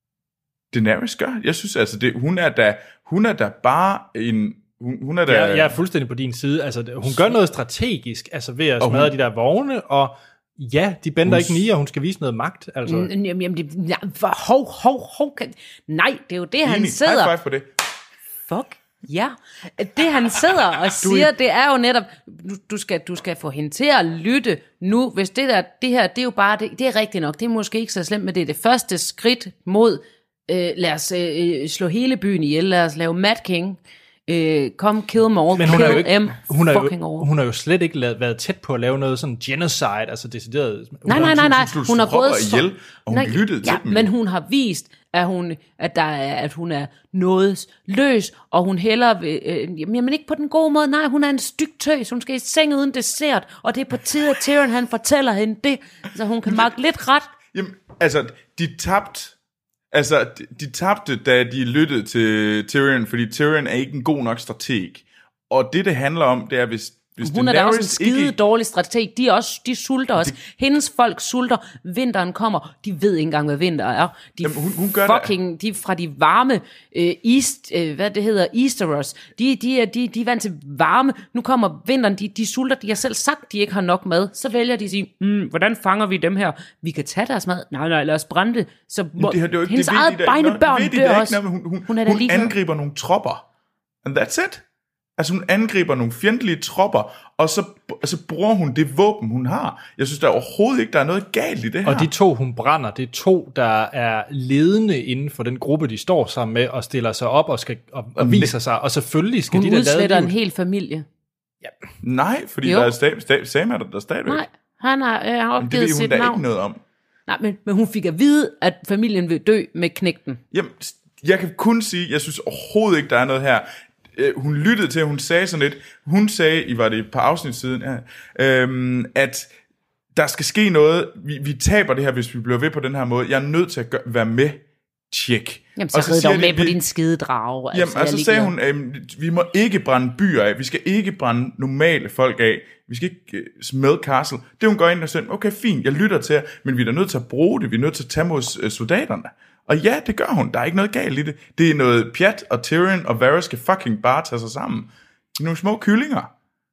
Daenerys gør. Jeg synes altså, det, hun er da, hun er da bare en... Hun, hun er da... jeg, jeg er fuldstændig på din side. Altså, hun gør noget strategisk, altså ved at smadre hun, de der vogne, og ja, de bender hun, ikke ni, og hun skal vise noget magt. Altså. Jamen, det, ja, hov, hov, hov. Nej, det er jo det, enig. Han sidder... High five på det. Fuck, ja. Det, han sidder og siger, det er jo netop, du, du, skal, du skal få hende til at lytte nu. Hvis det der, det her, det er jo bare, det, det er rigtigt nok, det er måske ikke så slemt, men det er det første skridt mod, øh, lad os øh, slå hele byen ihjel, lad os lave Mad King. Øh, come kill them all, men hun kill er jo ikke, hun er jo, all. Hun har jo slet ikke lavet, været tæt på at lave noget sådan genocide, altså decideret. Nej, nej, nej, nej. Hun har gået ihjel, og hun nej, lyttede ja, til dem. Men hun har vist, at hun, at der er, at hun er nådesløs, og hun hælder, øh, jamen ikke på den gode måde, nej, hun er en styg tøs, hun skal i seng uden dessert, og det er på tide, at Tyrion han fortæller hende det, så hun kan magte lidt ret. Jamen, altså, de tabte Altså, de, de tabte, da de lyttede til Tyrion, fordi Tyrion er ikke en god nok strateg. Og det, det handler om, det er, hvis, hvis hun Daenerys er da også en skide ikke... dårlig strateg. De, er også, de sulter også. Det... Hendes folk sulter. Vinteren kommer. De ved ikke engang, hvad vinter er. De Jamen, hun, hun gør fucking, det. de er fra de varme uh, East, uh, hvad det hedder, Easterers. De, de, er, de, de er vant til varme. Nu kommer vinteren. De, de sulter. De har selv sagt, de ikke har nok mad. Så vælger de at sige, mm, hvordan fanger vi dem her? Vi kan tage deres mad. Nej, nej, lad os brænde det. Så må, det, det, hendes det eget bejnebørn de dør også. Hun, hun, hun, er hun angriber nogle tropper. And that's it. Altså hun angriber nogle fjendtlige tropper, og så, så bruger hun det våben, hun har. Jeg synes der overhovedet ikke, der er noget galt i det her. Og de to, hun brænder, det er to, der er ledende inden for den gruppe, de står sammen med, og stiller sig op og, skal, og, og viser sig. Og selvfølgelig skal hun de der udsletter lade en hel familie. Ja. Nej, fordi jo. Der er sta- sta- Sam er der, der stadigvæk. Nej, han har, øh, har opgivet sit navn. Det ved hun da ikke noget om. Nej, men, men hun fik at vide, at familien vil dø med knægten. Jamen, jeg kan kun sige, jeg synes overhovedet ikke, der er noget her. Hun lyttede til, hun sagde sådan lidt, hun sagde, i var det et par afsnit siden, ja, øhm, at der skal ske noget, vi, vi taber det her, hvis vi bliver ved på den her måde, jeg er nødt til at gøre, være med, tjek. Jamen, så, så rid dog med de, på din skide drage. Jamen, altså, og så sagde hun, øhm, vi må ikke brænde byer af, vi skal ikke brænde normale folk af, vi skal ikke uh, smed castle. Det hun går ind og siger, okay, fint, jeg lytter til jer, men vi er da nødt til at bruge det, vi er nødt til at tage mod uh, soldaterne. Og ja, det gør hun. Der er ikke noget galt i det. Det er noget pjat, og Tyrion og Varys skal fucking bare tage sig sammen. De er nogle små kyllinger.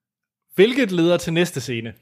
Hvilket leder til næste scene.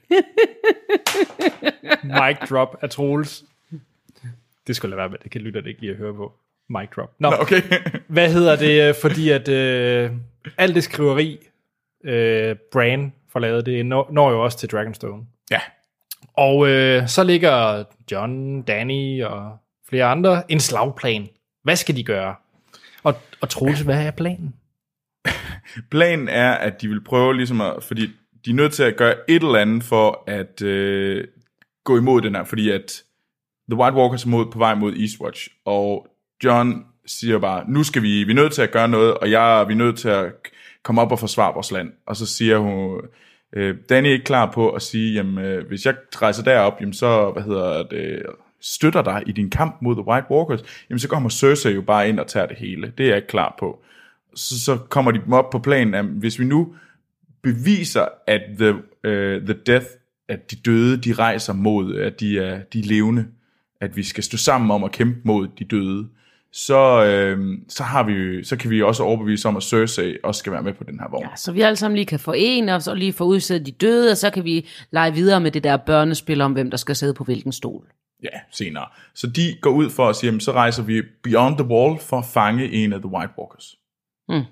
Mic drop af Troels. Det skulle lade være med, det kan lytterne ikke lige at høre på. Mic drop. Nå, Nå okay. Hvad hedder det? Fordi at øh, alt det skriveri, øh, Bran får lavet, det når, når jo også til Dragonstone. Ja. Og øh, så ligger Jon, Dany og flere andre en slagplan. Hvad skal de gøre? Og, og Troels, hvad er planen? Planen er, at de vil prøve ligesom at, fordi de er nødt til at gøre et eller andet for at øh, gå imod den her, fordi at The White Walkers er mod, på vej mod Eastwatch, og Jon siger bare, nu skal vi, vi er nødt til at gøre noget, og jeg, vi er nødt til at komme op og forsvare vores land. Og så siger hun, øh, Dany er ikke klar på at sige, jamen, øh, hvis jeg rejser derop, jamen så, hvad hedder det, støtter dig i din kamp mod The White Walkers, jamen så kommer Cersei jo bare ind og tager det hele. Det er jeg ikke klar på. Så, så kommer de op på planen, at hvis vi nu beviser, at the, uh, the death, at de døde, de rejser mod, at de er, de er levende, at vi skal stå sammen om at kæmpe mod de døde, så, øh, så, har vi, så kan vi også overbevise om, at Cersei også skal være med på den her vogn. Ja, så vi alle sammen lige kan forene os, og lige få udsættet de døde, og så kan vi lege videre med det der børnespil om, hvem der skal sidde på hvilken stol. Ja, senere. Så de går ud for at sige, jamen, så rejser vi Beyond the Wall for at fange en af The White Walkers. Mm.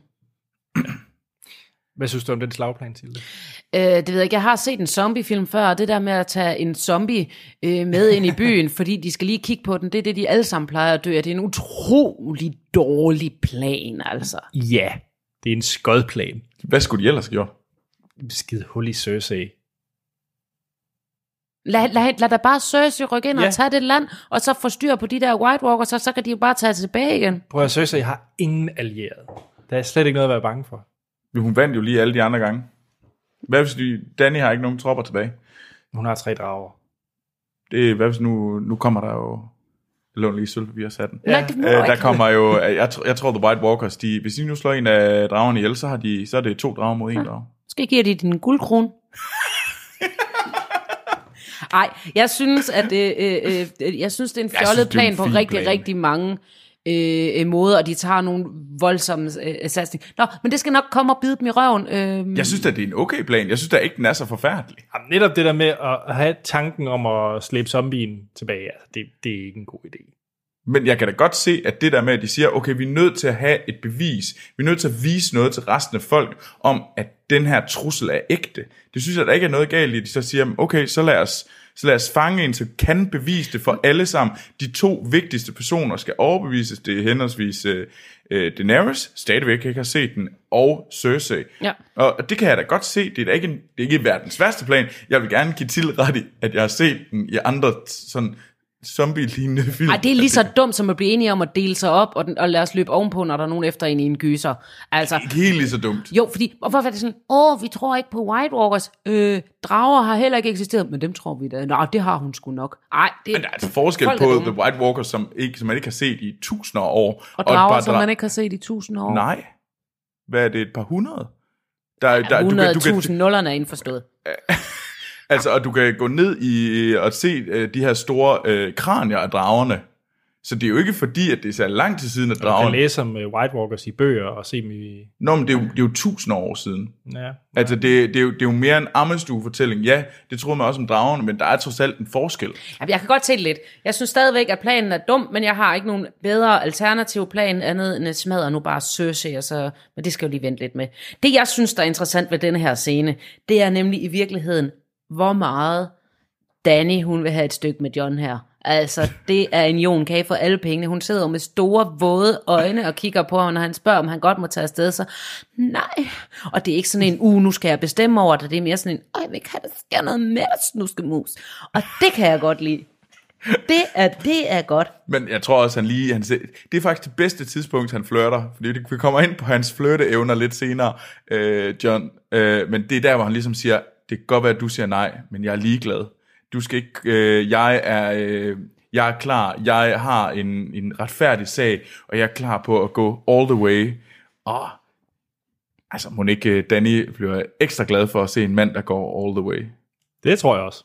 Hvad synes du om den slagplan til det? Øh, det ved jeg ikke. Jeg har set en zombiefilm før, og det der med at tage en zombie øh, med ind i byen, fordi de skal lige kigge på den, det er det, de alle sammen plejer at dø. Det er en utrolig dårlig plan, altså. Ja, det er en skodplan. Hvad skulle de ellers gøre? Skide hul i Cersei. Lad, lad, lad da bare Cersei rykke ind Ja. og tage det land, og så få styr på de der White Walkers, så, så kan de jo bare tage tilbage igen. Prøv at Cersei har ingen allierede. Der er slet ikke noget at være bange for. Men hun vandt jo lige alle de andre gange. Hvad hvis de, Dany har ikke nogen tropper tilbage? Hun har tre drager. Det, hvad hvis nu, nu kommer der jo... Jeg låner lige sølvpapir og satte den. Nej, det må Øh, du der ikke. kommer jo... Jeg, tr- jeg tror, The White Walkers, de, hvis de nu slår en af dragerne ihjel, så, har de, så er det to drager mod en drage. Skal jeg give dig din guldkrone? Ej, jeg synes, at øh, øh, øh, jeg synes, det er en fjollet synes, det er en plan på fin rigtig, plan. rigtig mange øh, måder, og de tager nogle voldsomme øh, satsning. Nå, men det skal nok komme og bide dem i røven. Øh, Jeg synes, at det er en okay plan. Jeg synes da ikke, den er så forfærdelig. Jamen, netop det der med at have tanken om at slæbe zombien tilbage, altså, det, det er ikke en god idé. Men jeg kan da godt se, at det der med, at de siger, okay, vi er nødt til at have et bevis. Vi er nødt til at vise noget til resten af folk, om at den her trussel er ægte. Det synes jeg, der ikke er noget galt i. De så siger, okay, så lad os, så lad os fange en, så kan bevise det for alle sammen. De to vigtigste personer skal overbevises. Det er henholdsvis uh, uh, Daenerys, stadigvæk ikke har set den, og Cersei. Ja. Og det kan jeg da godt se. Det er da ikke, en, det er ikke verdens værste plan. Jeg vil gerne give til ret i, at jeg har set den i andre sådan zombie-lignende film. Ej, det er lige så dumt, som at blive enige om at dele sig op, og, den, og lade os løbe ovenpå, når der er nogen efter en i en gyser. Altså, Ikke helt lige så dumt. jo, fordi, og hvorfor er det sådan, åh, vi tror ikke på White Walkers, øh, drager har heller ikke eksisteret, men dem tror vi da. Nå, det har hun sgu nok. Ej, det, Men der er altså forskel folk på er dumme. The White Walkers, som, ikke, som man ikke har set i tusinder af år. Og drager, bare som dra- man ikke har set i tusind år. Nej. Hvad er det, et par hundrede? Der, der, Ja, du, hundrede kan, du, tusind kan, nullerne er indforstået. altså, og du kan gå ned i og se uh, de her store uh, kranier af dragerne. Så det er jo ikke fordi, at det er så lang tid siden, at Du kan dragerne... læse om uh, White Walkers i bøger og se dem i... Nå, men det er jo, det er jo tusind år siden. Ja. Altså, det, det, er jo, det er jo mere en ammestue-fortælling. Ja, det troede man også om dragerne, men der er trods alt en forskel. Jamen, jeg kan godt se det lidt. Jeg synes stadigvæk, at planen er dum, men jeg har ikke nogen bedre alternativ plan andet end at smadre nu bare Cersei, og så, men det skal jo lige vente lidt med. Det, jeg synes, der er interessant ved denne her scene, det er nemlig i virkeligheden, hvor meget Dany, hun vil have et stykke med Jon her. Altså, det er en jonkage for alle pengene. Hun sidder jo med store, våde øjne og kigger på ham, når han spørger, om han godt må tage afsted. Så nej. Og det er ikke sådan en, uh, nu skal jeg bestemme over det. Det er mere sådan en, øj, vi kan der sker noget mere snuskemus. Og det kan jeg godt lide. Det er, det er godt. Men jeg tror også, han lige... Han, det er faktisk det bedste tidspunkt, han flirter. Fordi vi kommer ind på hans flirteevner lidt senere, øh, Jon. Øh, men det er der, hvor han ligesom siger, det kan godt være, at du siger nej, men jeg er ligeglad. Du skal ikke... Øh, jeg er... Øh, jeg er klar. Jeg har en, en retfærdig sag, og jeg er klar på at gå all the way. Og... Altså, må ikke Dany bliver ekstra glad for at se en mand, der går all the way. Det tror jeg også.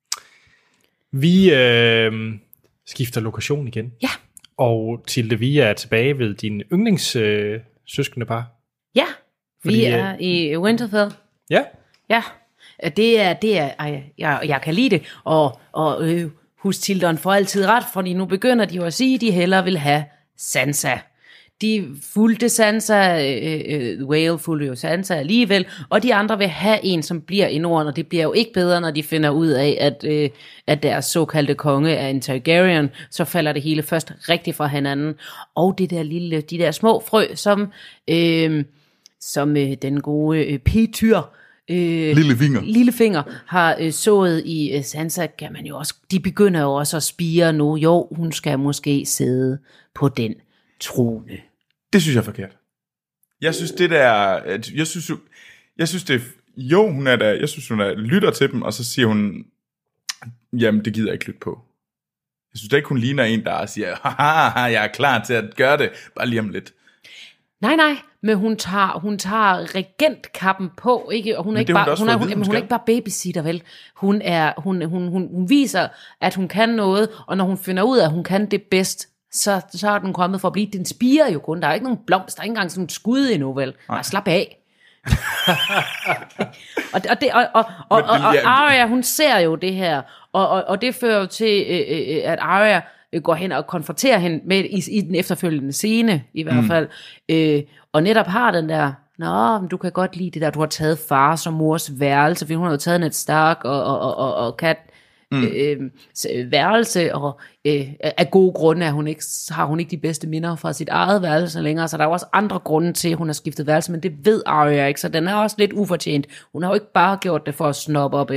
Vi øh, skifter lokation igen. Ja. Og Tilde, vi er tilbage ved din yndlings øh, søskende par. Ja, Fordi, vi er i Winterfell. Ja. Ja, det er, det er, ej, jeg, jeg kan lide det, og, og øh, Hustildon får altid ret, fordi nu begynder de jo at sige, at de hellere vil have Sansa. De fulgte Sansa, øh, øh, Whale fulgte jo Sansa alligevel, og de andre vil have en, som bliver i Norden, og det bliver jo ikke bedre, når de finder ud af, at, øh, at deres såkaldte konge er en Targaryen, så falder det hele først rigtig fra hinanden. Og det der lille, de der små frø, som, øh, som øh, den gode øh, Petyr, Øh, Lille finger. Lillefinger har øh, sået i øh, Sansa, kan man jo også, de begynder jo også at spire nu. Jo, hun skal måske sidde på den trone. Det synes jeg er forkert. Jeg synes det der, jeg synes jo, jeg synes det, jo hun er der, jeg synes hun er, lytter til dem, og så siger hun, jamen det gider jeg ikke lytte på. Jeg synes da ikke hun ligner en, der siger, haha, jeg er klar til at gøre det, bare lige om lidt. Nej, nej, men hun tager, hun tager regentkappen på, ikke? Og hun er Men ikke det er hun bare, da også hun er, fået at hun, vide, jamen, hun hun er skal. ikke bare babysitter, vel? Hun er, hun, hun, hun, hun viser, at hun kan noget, og når hun finder ud af, at hun kan det bedst, så, så er den kommet for at blive. Den spirer jo kun, der er ikke nogen blomst, der er ikke engang sådan en skud endnu, vel? Nej, slap af. og, og, det, og, og, og, og, og Arya, hun ser jo det her, og, og, og det fører jo til, øh, øh, at Arya går hen og konfronterer hende med i, i den efterfølgende scene, i hvert fald, mm. øh, og netop har den der, nå, men du kan godt lide det der, du har taget fars og mors værelse, for hun har jo taget Ned Stark og, og, og, og, og Kat mm. øh, værelse, og øh, af gode grunde er hun ikke, har hun ikke de bedste minder fra sit eget værelse længere, så der er også andre grunde til, at hun har skiftet værelse, men det ved Arya ikke, så den er også lidt ufortjent. Hun har jo ikke bare gjort det for at snoppe op efter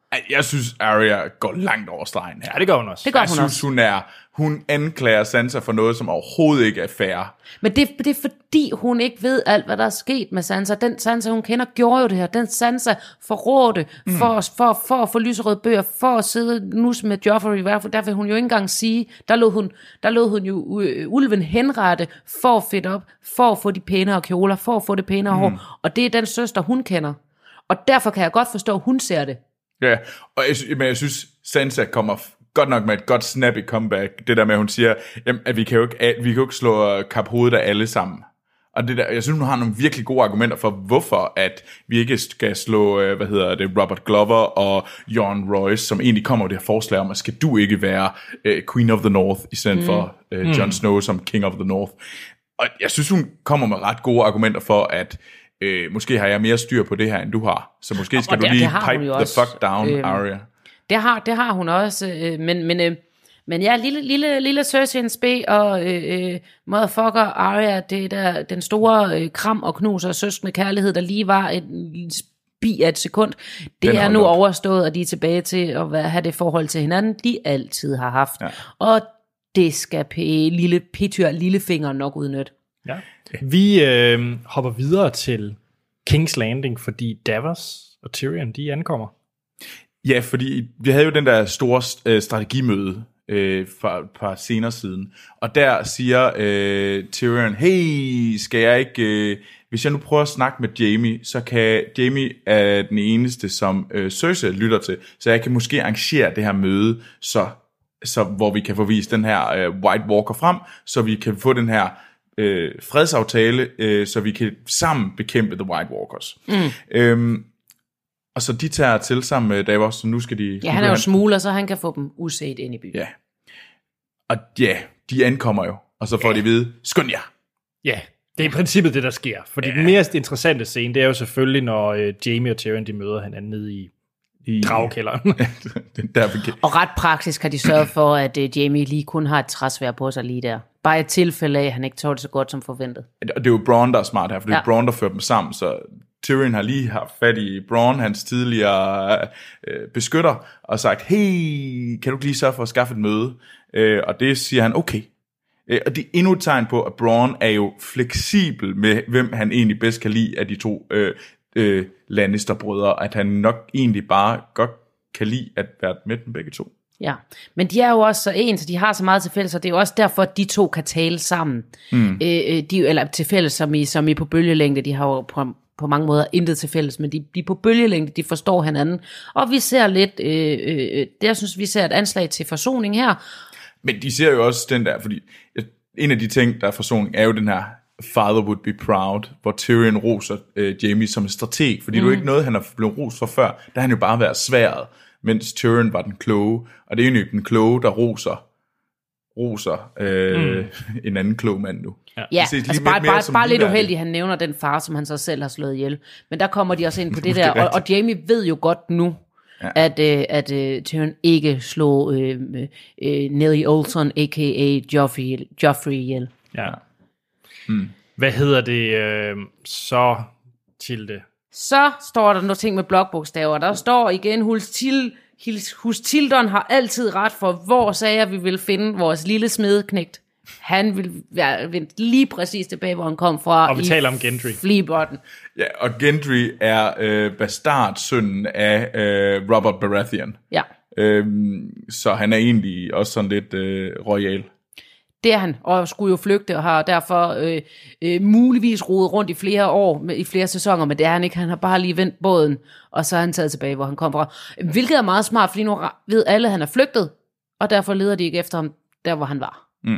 Jeg synes, Arya går langt over stregen her. Ja, det gør hun også. Det gør jeg hun synes, også. hun er... Hun anklager Sansa for noget, som overhovedet ikke er fair. Men det, det er fordi, hun ikke ved alt, hvad der er sket med Sansa. Den Sansa, hun kender, gjorde jo det her. Den Sansa forrådte mm. for, for, for at få lyserøde bøger, for at sidde nus med Joffrey. Der vil hun jo ikke engang sige, der lod hun, der lod hun jo uh, ulven henrette for at fedt op, for at få de pænere kjoler, for at få det pænere mm. hår. Og det er den søster, hun kender. Og derfor kan jeg godt forstå, at hun ser det. Ja, og jeg, men jeg synes, Sansa kommer godt nok med et godt snappy comeback. Det der med, at hun siger, jamen, at vi kan jo ikke, at vi kan jo ikke slå kap hovedet af alle sammen. Og det der, jeg synes, hun har nogle virkelig gode argumenter for, hvorfor at vi ikke skal slå, hvad hedder det, Robert Glover og Jon Royce, som egentlig kommer med det her forslag om, at skal du ikke være uh, Queen of the North, i stedet mm. for uh, Jon Snow som King of the North. Og jeg synes, hun kommer med ret gode argumenter for, at uh, måske har jeg mere styr på det her, end du har. Så måske skal og du der, lige pipe the også, fuck down, øh, Arya. Det har, det har hun også, øh, men, men, øh, men ja, lille, lille, lille Cersei B og øh, øh, motherfucker Arya, det er der, den store øh, kram og knus og søskende kærlighed, der lige var en bi af et sekund, det den er nu op. overstået, og de er tilbage til at være, have det forhold til hinanden, de altid har haft. Ja. Og det skal p- lille Petyr Lillefinger nok udnytte. Ja. Vi øh, hopper videre til King's Landing, fordi Davos og Tyrion, de ankommer. Ja, fordi vi havde jo den der store øh, strategimøde øh, for et par scener siden, og der siger øh, Tyrion, hey, skal jeg ikke, øh, hvis jeg nu prøver at snakke med Jaime, så kan Jaime er den eneste, som øh, Cersei lytter til, så jeg kan måske arrangere det her møde, så, så hvor vi kan få vist den her øh, White Walker frem, så vi kan få den her øh, fredsaftale, øh, så vi kan sammen bekæmpe The White Walkers. Mm. Øhm, Og så de tager til sammen med Davos, så nu skal de... Ja, han er jo smugler, så han kan få dem uset ind i byen. Ja. Og ja, de ankommer jo, og så får ja. de vide, skynd jer. Ja, det er i princippet det, der sker. Fordi ja. den mest interessante scene, det er jo selvfølgelig, når uh, Jaime og Tyrion, de møder hinanden nede i, I dragkælderen. Og ret praktisk har de sørget for, at uh, Jaime lige kun har et træsværd på sig lige der. Bare et tilfælde af, at han ikke tog det så godt som forventet. Og det er jo Bronn, der er smart her, for det er ja. Bronn, der fører dem sammen, så... Tyrion har lige haft fat i Bronn, hans tidligere øh, beskytter, og sagt, hey, kan du lige sørge for at skaffe et møde? Øh, og det siger han, okay. Øh, og det er endnu et tegn på, at Bronn er jo fleksibel med, hvem han egentlig bedst kan lide af de to øh, øh, Lannister-brødre, at han nok egentlig bare godt kan lide at være med dem begge to. Ja, men de er jo også så ens, så de har så meget til fælles, og det er jo også derfor, at de to kan tale sammen. Mm. Øh, de, eller til fælles, som I, som I på bølgelængde, de har jo på på mange måder intet til fælles, men de, de på bølgelængde, de forstår hinanden. Og vi ser lidt, øh, øh, der synes vi ser et anslag til forsoning her. Men de ser jo også den der, fordi en af de ting, der er forsoning, er jo den her Father would be proud, hvor Tyrion roser øh, Jaime som en strateg, fordi mm. det er jo ikke noget, han har blevet rost for før. Der har han jo bare været sværet, mens Tyrion var den kloge. Og det er jo den kloge, der roser roser øh, mm. en anden klog mand nu. Ja, ja altså bare, bare, bare lidt uheldigt, han nævner den far, som han så selv har slået ihjel. Men der kommer de også ind på det der, og, og Jaime ved jo godt nu, ja. at, øh, at øh, Tyrion ikke slog øh, øh, Nelly Olson, a k a. Joffrey, Joffrey ihjel. Ja. Hmm. Hvad hedder det øh, så, Tilde? Så står der nogle ting med blokbogstaver. Der står igen, Hus til Hus Tildon har altid ret for, hvor sager vi vil finde vores lille smedeknægt. Han vil være vendt lige præcis tilbage, hvor han kom fra. Og vi taler om Gendry. Fleabotn. Ja, og Gendry er øh, bastardsønnen af øh, Robert Baratheon. Ja. Øhm, så han er egentlig også sådan lidt øh, royal. Det er han, og skulle jo flygte, og har derfor øh, øh, muligvis rodet rundt i flere år, med, i flere sæsoner, men det er han ikke. Han har bare lige vendt båden, og så er han taget tilbage, hvor han kom fra. Hvilket er meget smart, fordi nu ved alle, at han er flygtet, og derfor leder de ikke efter ham, der hvor han var. Mm.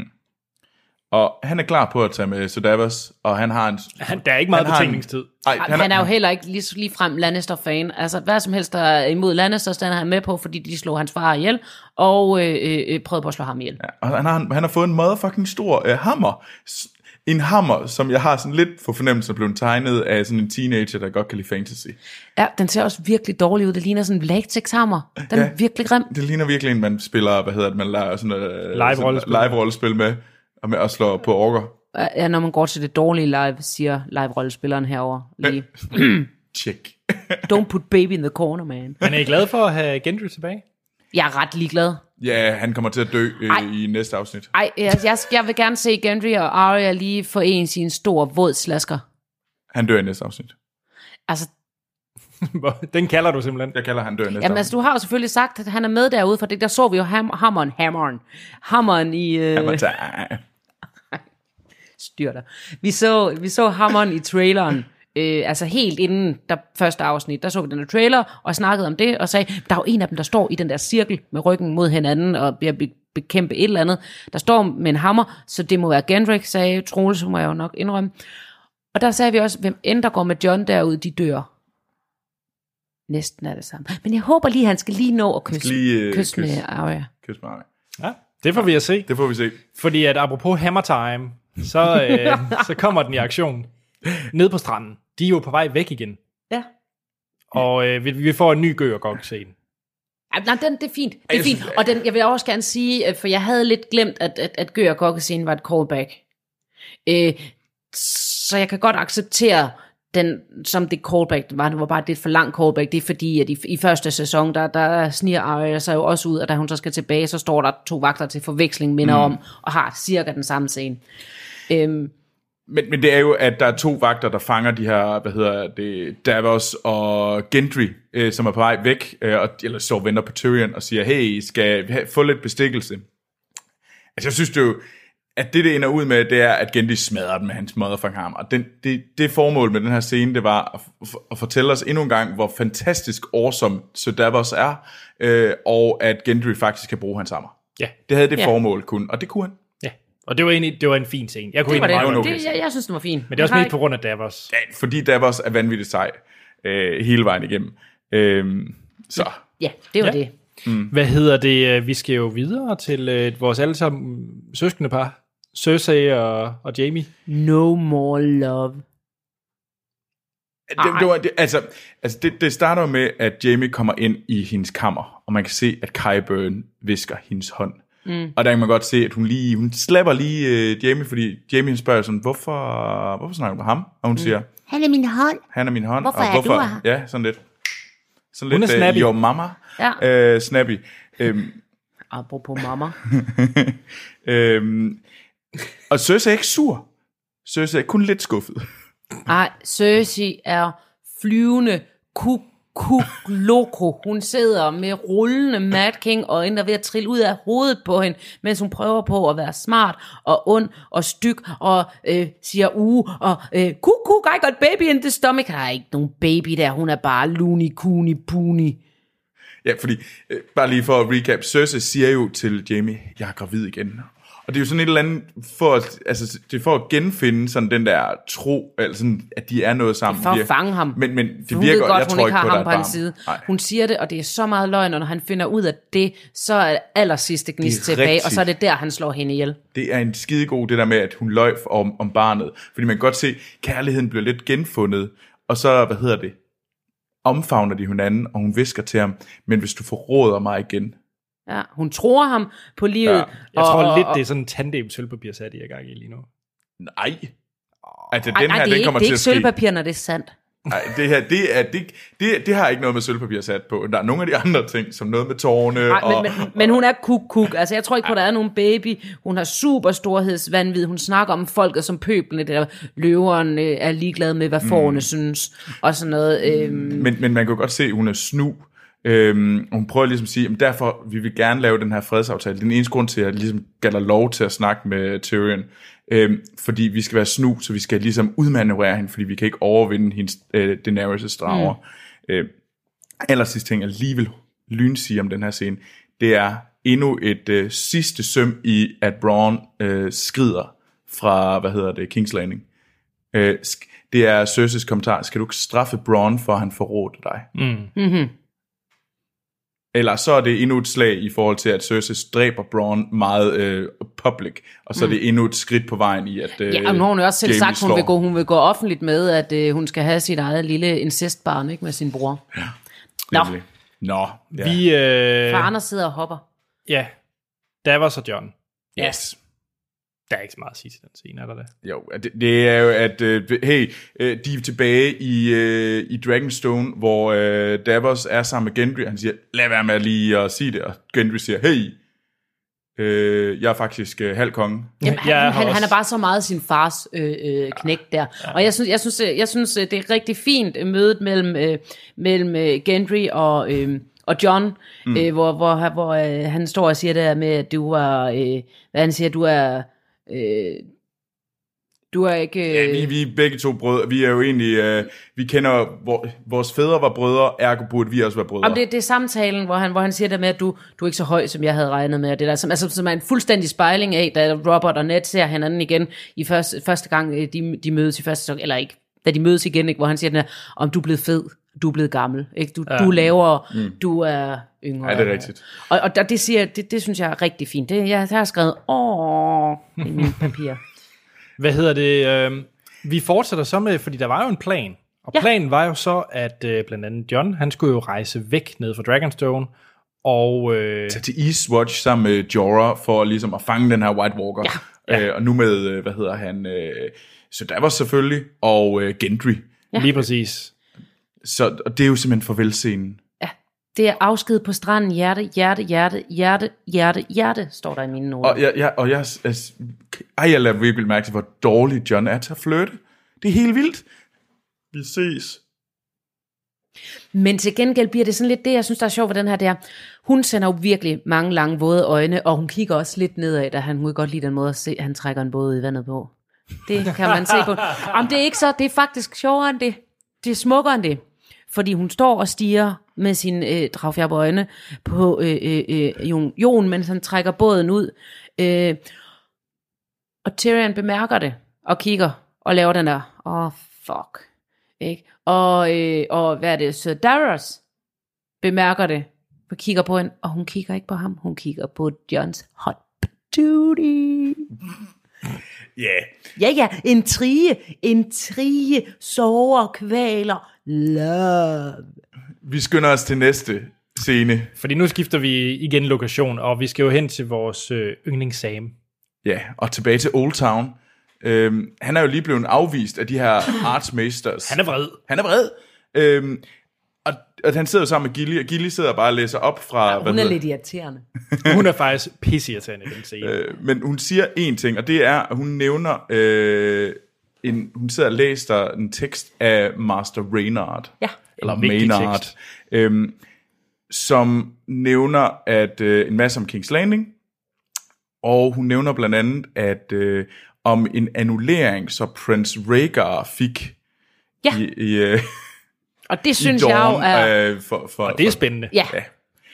Og han er klar på at tage med Sir Davos, og han har en... Han, der er ikke meget betænkningstid. En, ej, han, han er jo heller ikke lige, lige frem Lannister-fan. Altså, hvad som helst, der er imod Lannister, den er han med på, fordi de slog hans far ihjel, og øh, øh, prøvede på at slå ham ihjel. Ja, og han har, han har fået en motherfucking stor øh, hammer. En hammer, som jeg har sådan lidt for fornemmelse blevet tegnet af sådan en teenager, der godt kan lide fantasy. Ja, den ser også virkelig dårlig ud. Det ligner sådan en latex-hammer. Den ja, er virkelig grim. Det ligner virkelig en, man spiller, hvad hedder det, man lader sådan noget live-rollespil live-rollespil med. Og med at slå på orker. Ja, når man går til det dårlige live, siger live-rollespilleren herover lige. Check. Don't put baby in the corner, man. Men er I glad for at have Gendry tilbage? Jeg er ret ligeglad. Ja, han kommer til at dø øh, i næste afsnit. Ej, jeg, jeg, jeg vil gerne se Gendry og Arya lige forene sin store våd slasker. Han dør i næste afsnit. Altså, Den kalder du simpelthen. Jeg kalder han dør i næste jamen, afsnit. altså, du har jo selvfølgelig sagt, at han er med derude, for det, der så vi jo ham, hammeren, hammeren, hammeren i... Øh, Han tage... styr dig. Vi så, vi så hammeren i traileren, øh, altså helt inden der første afsnit, der så vi den der trailer, og snakkede om det, og sagde, der er jo en af dem, der står i den der cirkel med ryggen mod hinanden, og bliver be- bekæmpe et eller andet, der står med en hammer, så det må være Gendry, sagde Troels, må jeg jo nok indrømme. Og der sagde vi også, hvem end der går med Jon derude, de dør. Næsten er det samme. Men jeg håber lige, han skal lige nå at kysse, lige, uh, kysse kys. med Arya. Kys med Arya. Ja, det får vi at se. Det får vi se. Fordi at apropos Hammer Time, så, øh, så kommer den i aktion. Ned på stranden. De er jo på vej væk igen. Ja. Og øh, vi, vi får en ny Gø og Gok-scene. Ja, nej, den, det er fint. Det er Jeg fint. synes- Og den, jeg vil også gerne sige, for jeg havde lidt glemt, at, at, at Gø og Gokke-scenen var et callback. Øh, så jeg kan godt acceptere den, som det callback var. Det var bare det for lang callback. Det er fordi, at i, i første sæson, der, der sniger Arya sig jo også ud, og da hun så skal tilbage, så står der to vagter til forveksling, minder mm. om, og har cirka den samme scene. Øhm, Men, men det er jo, at der er to vagter, der fanger de her, hvad hedder det, Davos og Gendry, øh, som er på vej væk, øh, og, eller så venter på Tyrion og siger, hey, I skal have, få lidt bestikkelse. Altså, jeg synes det jo, at det, det ender ud med, det er, at Gendry smadrer den med hans motherfucking hammer. Og den, det, det formål med den her scene, det var at, at fortælle os endnu en gang, hvor fantastisk awesome Sir Davos er, øh, og at Gendry faktisk kan bruge hans hammer. Ja. Det havde det Ja. formål kun, og det kunne han. Ja. Og det var egentlig det var en fin scene. Jeg kunne det var egentlig det. meget okay. godt. det jeg, jeg synes, den var fin. Men det er også Jeg har mest på grund af Davos. Ja, fordi Davos er vanvittigt sej øh, hele vejen igennem. Øh, så... Ja, det var Ja. det. Mm. Hvad hedder det? Vi skal jo videre til øh, vores allesammen søskende par. Cersei og, og Jaime. No more love. Det, det, var, det, altså, altså det, det starter jo med, at Jaime kommer ind i hendes kammer, og man kan se, at Qyburn visker hendes hånd. Mm. Og der kan man godt se, at hun lige, hun slapper lige uh, Jaime, fordi Jaime han spørger sådan, hvorfor, hvorfor snakker du med ham? Og hun mm. siger, Han er min hånd. han er min hånd. Hvorfor og er hvorfor, du her? Ja, sådan lidt. Sådan Hun lidt, er uh, snappy. your mama. Ja. Uh, snappy. Øhm, Apropos mamma. øhm, og Cersei er ikke sur. Cersei er kun lidt skuffet. Ej, Cersei er flyvende kuk, kuk, loko. Hun sidder med rullende Mad King og ender ved at trille ud af hovedet på hende, mens hun prøver på at være smart og ond og styg og øh, siger uh og øh, kuk, kuk, I got baby in the stomach. Der er ikke nogen baby der, hun er bare loony, coony, poony. Ja, fordi, øh, bare lige for at recap, Cersei siger jo til Jaime, jeg er gravid igen. Og det er jo sådan et eller andet, for at, altså, det er for at genfinde sådan den der tro, altså sådan, at de er noget sammen. For at De er- fange ham. Men, men det hun virker, ved godt, jeg hun tror ikke ikke på, har at ham der på er hans et side. barn. Nej. Hun siger det, og det er så meget løgn, og når han finder ud af det, så er aller sidste gnist Det er tilbage, rigtigt. og så er det der, han slår hende ihjel. Det er en skidegod, det der med, at hun løg om, om barnet. Fordi man kan godt se, at kærligheden bliver lidt genfundet, og så, hvad hedder det, omfavner de hinanden, og hun visker til ham, men hvis du forråder mig igen. Ja, hun tror ham på livet. Ja. Jeg og, tror og, lidt, og, det er sådan en tandem sølvpapir sat i gang i lige nu. Nej. Altså, Ej, den nej, her, det er den ikke, kommer det er til ikke at ske. sølvpapir, når det er sandt. Nej, det her, det, er, det, det, det har ikke noget med sølvpapir sat på. Der er nogle af de andre ting, som noget med tårne. Ej, og, men, men, men hun er kuk-kuk. Altså, jeg tror ikke på, at der er nogen baby. Hun har super storhedsvanvid. Hun snakker om folket som pøbelene. Der løveren øh, er ligeglad med, hvad fårene mm. synes. Og sådan noget. Øh, men, men man kan jo godt se, at hun er snu. Øhm, hun prøver ligesom at sige, at derfor vi vil gerne lave den her fredsaftale. Det er den eneste grund til, at jeg ligesom gav dig lov til at snakke med Tyrion. Øhm, fordi vi skal være snu, så vi skal ligesom udmanøvrere hende, fordi vi kan ikke overvinde hendes øh, Daenerys' drager. Mm. Øh, allersidste ting, jeg lige vil lynsige om den her scene, det er endnu et øh, sidste søm i, at Bronn øh, skrider fra, hvad hedder det, King's Landing. Øh, sk- det er Cerseis kommentar, skal du ikke straffe Bronn, for at han forrådte dig? Mm. mm-hmm. Eller så er det endnu et slag i forhold til, at Cersei dræber Bronn meget øh, public, og så mm. er det endnu et skridt på vejen i, at øh, Ja, og nu har hun jo også selv Jaime sagt, hun slår. vil, gå, hun vil gå offentligt med, at øh, hun skal have sit eget lille incestbarn, ikke, med sin bror. Ja, Nå. nemlig. Nå, ja. Vi, øh, For Anders sidder og hopper. ja, Davos og Jon. Yes. Der er ikke så meget at sige til den scene, er der det? Jo, det, det er jo, at øh, hey, øh, de er tilbage i, øh, i Dragonstone, hvor øh, Davos er sammen med Gendry, han siger, lad være med lige at sige det, og Gendry siger, hey, øh, jeg er faktisk øh, halv konge. Jamen, han, han, han, han er bare så meget sin fars øh, øh, knægt der, ja. Og jeg synes, jeg synes, jeg synes, det er rigtig fint mødet mellem øh, mellem øh, Gendry og øh, og Jon, mm. øh, hvor hvor hvor øh, han står og siger der med, at du er, øh, hvad han siger, du er Øh, du er ikke... Øh... Ja, vi, vi er begge to brødre. Vi er jo egentlig... Øh, vi kender... Hvor, vores fædre var brødre, ergo burde vi også være brødre. Jamen, det, det er samtalen, hvor han, hvor han siger der med, at du, du er ikke så høj, som jeg havde regnet med. Det der, som, altså, som er en fuldstændig spejling af, da Robert og Ned ser hinanden igen i første, første gang, de, de mødes i første sæson, eller ikke, da de mødes igen, ikke, hvor han siger den her, om du er blevet fed, du er blevet gammel, ikke? Du, ja. du laver, mm. du er yngre. Ja, det er rigtigt. Og, og det, siger, det, det synes jeg er rigtig fint. Det, jeg har skrevet, åh, i mine papirer. Hvad hedder det? Øh, vi fortsætter så med, fordi der var jo en plan. Og ja. Planen var jo så, at øh, blandt andet Jon, han skulle jo rejse væk ned fra Dragonstone, og... Øh, tage til Eastwatch sammen med Jorah, for ligesom at fange den her White Walker. Ja. Ja. Øh, og nu med, øh, hvad hedder han, øh, så der var selvfølgelig, og øh, Gendry. Ja. Lige præcis. Så og det er jo simpelthen farvelscenen. Ja, det er afsked på stranden, hjerte, hjerte, hjerte, hjerte, hjerte, hjerte, står der i mine noter. Og jeg, jeg, og jeg, altså, ej, jeg lader virkelig mærke til, hvor dårlig Jon er til at flytte. Det er helt vildt. Vi ses. Men til gengæld bliver det sådan lidt det, jeg synes, der er sjovt ved den her, det er, hun sender jo virkelig mange lange våde øjne, og hun kigger også lidt nedad, da han kunne godt lide den måde at se, at han trækker en båd i vandet på. Det kan man se på. Om det er ikke så, det er faktisk sjovere end det. Det er smukkere end det. Fordi hun står og stiger med sine øh, dragfjerde øjne på øh, øh, Jon, Jon, mens han trækker båden ud. Øh, og Tyrion bemærker det, og kigger, og laver den der, åh, oh, fuck. Ikke? Og, øh, og hvad er det, så Davos bemærker det, og kigger på hende, og hun kigger ikke på ham, hun kigger på Jons hot duty. Ja. Yeah. Ja, ja, en trige, en trige, sover, kvaler, love. Vi skynder os til næste scene. Fordi nu skifter vi igen lokation, og vi skal jo hen til vores øh, yndlings-Sam. Ja, og tilbage til Old Town. Øhm, han er jo lige blevet afvist af de her artsmasters. Han er vred. Han er vred. Øhm, og, og han sidder jo sammen med Gilly, og Gilly sidder bare og læser op fra... Ja, hun er lidt irriterende. Hun er faktisk pisseirriterende i den scene. Øh, men hun siger én ting, og det er, at hun nævner... Øh, en, hun sidder og læser en tekst af Master Reynard. Ja. Eller Maynard. Øhm, som nævner at øh, en masse om King's Landing. Og hun nævner blandt andet, at... Øh, om en annullering, så Prince Rhaegar fik ja. i, i, øh, og det synes Dawn, jeg jo er... Øh, for, for, og det er spændende. Ja. ja.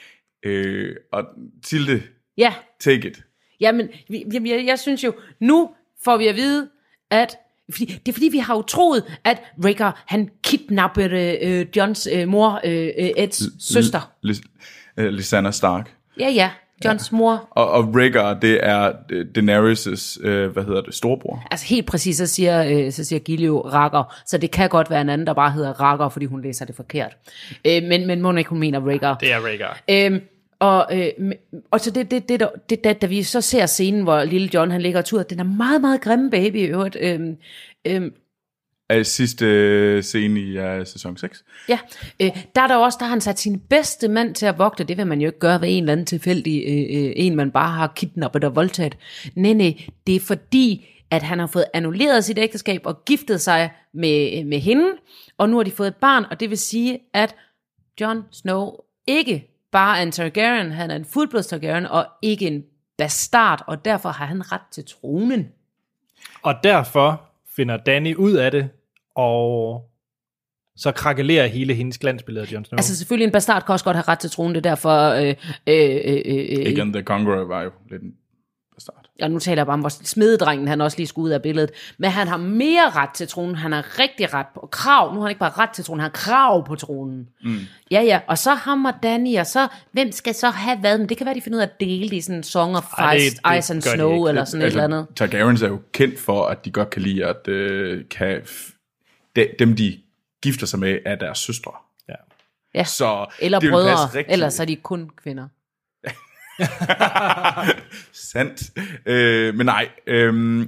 Øh, og Tilde, ja. take it. Jamen, jeg, jeg, jeg synes jo, nu får vi at vide, at... Fordi, det er fordi, vi har jo troet, at Rhaegar, han kidnappede øh, Jons øh, mor, øh, Eds L- søster. L- L- Lysandra Stark. Ja, ja. Jons ja. mor. Og, og Rhaegar, det er Daenerys' øh, hvad hedder det, storebror. Altså helt præcis, så siger, øh, så siger Gilly jo Rhaegar, så det kan godt være en anden, der bare hedder Rhaegar, fordi hun læser det forkert. Øh, men, men må ikke, hun mener Rhaegar. Det er Rhaegar. Øh, og, øh, og så det, det, det, det, det, det, da vi så ser scenen, hvor lille Jon, han ligger og tuder, den er meget, meget grimme baby i øvrigt. Øh, øh, Af sidste scene i uh, sæson seks. Ja, øh, der er der også, der har han sat sin bedste mand til at vogte. Det vil man jo ikke gøre ved en eller anden tilfældig, øh, en man bare har kidnappet og voldtaget. Nej, nej, det er fordi, at han har fået annulleret sit ægteskab og giftet sig med, med hende, og nu har de fået et barn, og det vil sige, at Jon Snow ikke bare er en Targaryen, han er en fuldblods Targaryen, og ikke en bastard, og derfor har han ret til tronen. Og derfor finder Dany ud af det, og så krakelerer hele hendes glansbillede af Jon Snow. Altså selvfølgelig en bastard kan også godt have ret til tronen, det er derfor... Øh, øh, øh, øh, Aegon the Conqueror var jo lidt en bastard. Ja, nu taler jeg bare om, hvor smededrengen han også lige skulle ud af billedet. Men han har mere ret til tronen, han har rigtig ret på krav. Nu har han ikke bare ret til tronen, han har krav på tronen. Mm. Ja, ja, og så ham og Dany, og så, hvem skal så have hvad? Men det kan være, de finder ud af at dele det i sådan Song of Ice, Ej, det, det Ice and Snow, eller sådan altså, et eller andet. Targaryens er jo kendt for, at de godt kan lide, at øh, kan f- de, dem, de gifter sig med, er deres søstre. Ja. Ja. Så eller det brødre, ellers er de kun kvinder. Sandt. Øh, men nej, øh,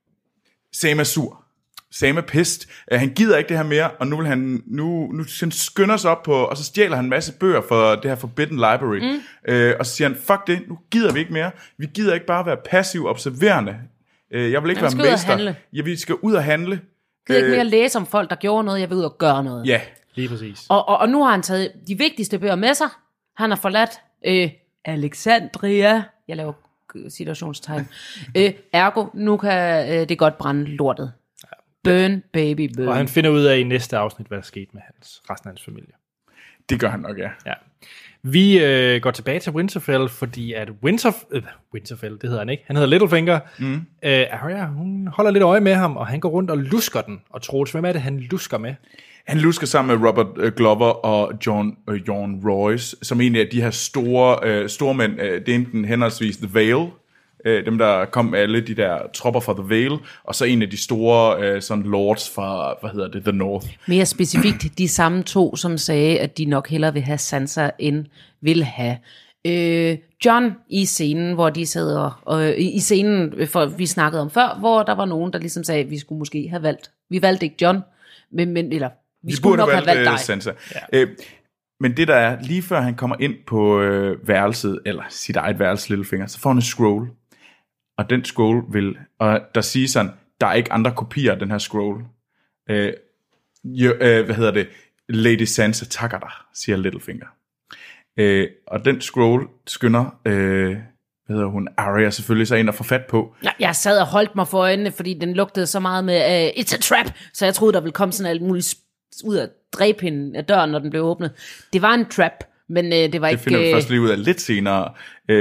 Sam er sur. Sam er pissed. Uh, han gider ikke det her mere, og nu vil han nu, nu han skynder sig op på, og så stjæler han en masse bøger for det her Forbidden Library. Mm. Uh, og så siger han, fuck det, nu gider vi ikke mere. Vi gider ikke bare være passiv observerende. Uh, jeg vil ikke jeg være mester. Ja, vi skal ud og handle. Jeg gider uh, ikke mere læse om folk, der gjorde noget. Jeg vil ud og gøre noget. Ja, lige præcis. Og, og, og nu har han taget de vigtigste bøger med sig. Han har forladt øh, Alexandria. Jeg laver situationstegn. øh, ergo, nu kan øh, det godt brænde lortet. Burn, baby, burn. Og han finder ud af i næste afsnit, hvad der skete med hans, resten af hans familie. Det gør han nok, ja. ja. Vi øh, går tilbage til Winterfell, fordi at Winter, øh, Winterfell, det hedder han ikke, han hedder Littlefinger. Mm. Øh, Arya, hun holder lidt øje med ham, og han går rundt og lusker den. Og Troels, hvem er det, han lusker med? Han lusker sammen med Robert Glover og John, uh, John Royce, som egentlig er de her store uh, stormænd. Uh, det er enten henholdsvis The Vale, uh, dem der kom med alle de der tropper fra The Vale, og så en af de store uh, sådan lords fra, hvad hedder det, The North. Mere specifikt de samme to, som sagde, at de nok hellere vil have Sansa, end vil have øh, John i scenen, hvor de sidder, og øh, i scenen, for vi snakkede om før, hvor der var nogen, der ligesom sagde, at vi skulle måske have valgt. Vi valgte ikke John, men, men eller vi, vi skulle nok have valgt dig. Sansa. Ja. Øh, men det der er, lige før han kommer ind på øh, værelset, eller sit eget værelse, Littlefinger, så får han en scroll. Og den scroll vil, og der siger sådan, der er ikke andre kopier af den her scroll. Øh, jo, øh, hvad hedder det? Lady Sansa takker dig, siger Littlefinger. Øh, og den scroll skynder, øh, hvad hedder hun, Arya selvfølgelig så ind og får fat på. Ja, jeg sad og holdt mig for øjnene, fordi den lugtede så meget med, uh, it's a trap, så jeg troede, der ville komme sådan alt muligt ud af dræbe hende af døren, når den blev åbnet. Det var en trap, men uh, det var det ikke... Det finder vi først lige ud af lidt senere,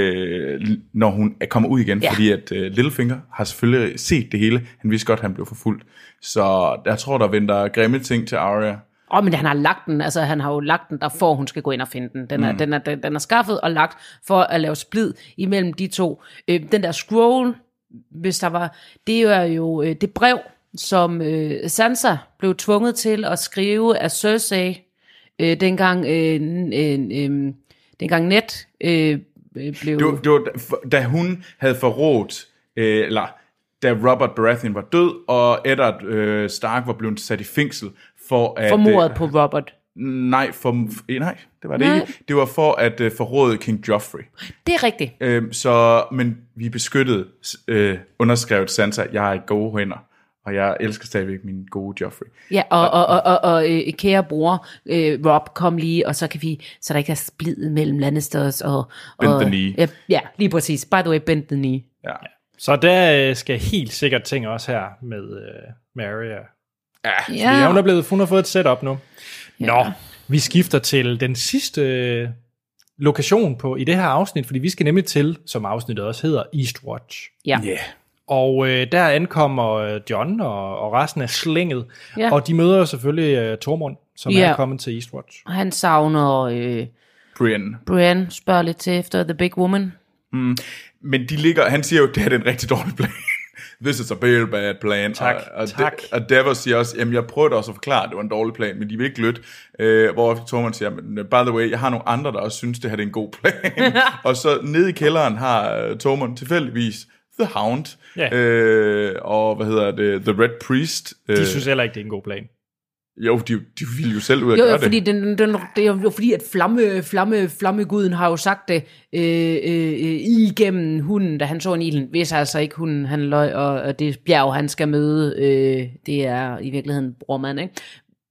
øh, når hun kommer ud igen, ja. Fordi at uh, Littlefinger har selvfølgelig set det hele. Han vidste godt, at han blev forfulgt. Så jeg tror, der venter grimme ting til Arya. Åh, oh, men han har lagt den, altså han har jo lagt den, der for hun skal gå ind og finde den. Den er, mm. den er, den, den er skaffet og lagt for at lave splid imellem de to. Øh, den der scroll, hvis der var, det er jo øh, det brev, som øh, Sansa blev tvunget til at skrive af Cersei, øh, dengang, øh, øh, øh, dengang Ned øh, blev... Det var, det var, da hun havde forrådt, øh, eller da Robert Baratheon var død, og Eddard øh, Stark var blevet sat i fængsel, for at... For mordet på Robert. Nej, for, nej, det var det nej. ikke. Det var for at uh, forråde King Joffrey. Det er rigtigt. Øhm, så, men vi beskyttede, øh, underskrevet Sansa, jeg er i gode hænder, og jeg elsker stadigvæk min gode Joffrey. Ja, og, og, og, og, og øh, kære bror, øh, Rob, kom lige, og så kan vi, så der ikke er splid mellem Lannisters og... og bend the knee. Ja, ja, lige præcis. By the way, bend the knee. Ja. Så der skal helt sikkert ting også her med, øh, med Arya. Ja, ja. Hun er blevet, hun har fået et setup nu. Ja. Nå, vi skifter til den sidste lokation på i det her afsnit, fordi vi skal nemlig til, som afsnittet også hedder, Eastwatch. Ja. Yeah. Og øh, der ankommer John og, og resten af slænget, ja. Og de møder selvfølgelig øh, Tormund, som ja. er kommet til Eastwatch. Og han savner øh, Brienne. Brienne spørger lidt til efter The Big Woman. Mm. Men de ligger, han siger jo, at det er en rigtig dårlig plan. This is a very bad plan. Tak, og, og, tak. De, og Davos siger også, jamen jeg prøvede også at forklare, at det var en dårlig plan, men de vil ikke lytte. Øh, hvor Tormund siger, by the way, jeg har nogle andre, der også synes, det her er en god plan. Og så nede i kælderen har uh, Tormund tilfældigvis The Hound, yeah. øh, og hvad hedder det, The Red Priest. De øh, synes heller ikke, det er en god plan. Jo, de, de ville jo selv ud at jo, gøre fordi det. Den, den, det er jo fordi, at flamme, flamme, flammeguden har jo sagt det øh, øh, igennem hunden, da han så en ilden. Hvis altså ikke hunden, han løg, og, og det bjerg, han skal møde, øh, det er i virkeligheden brormand, ikke?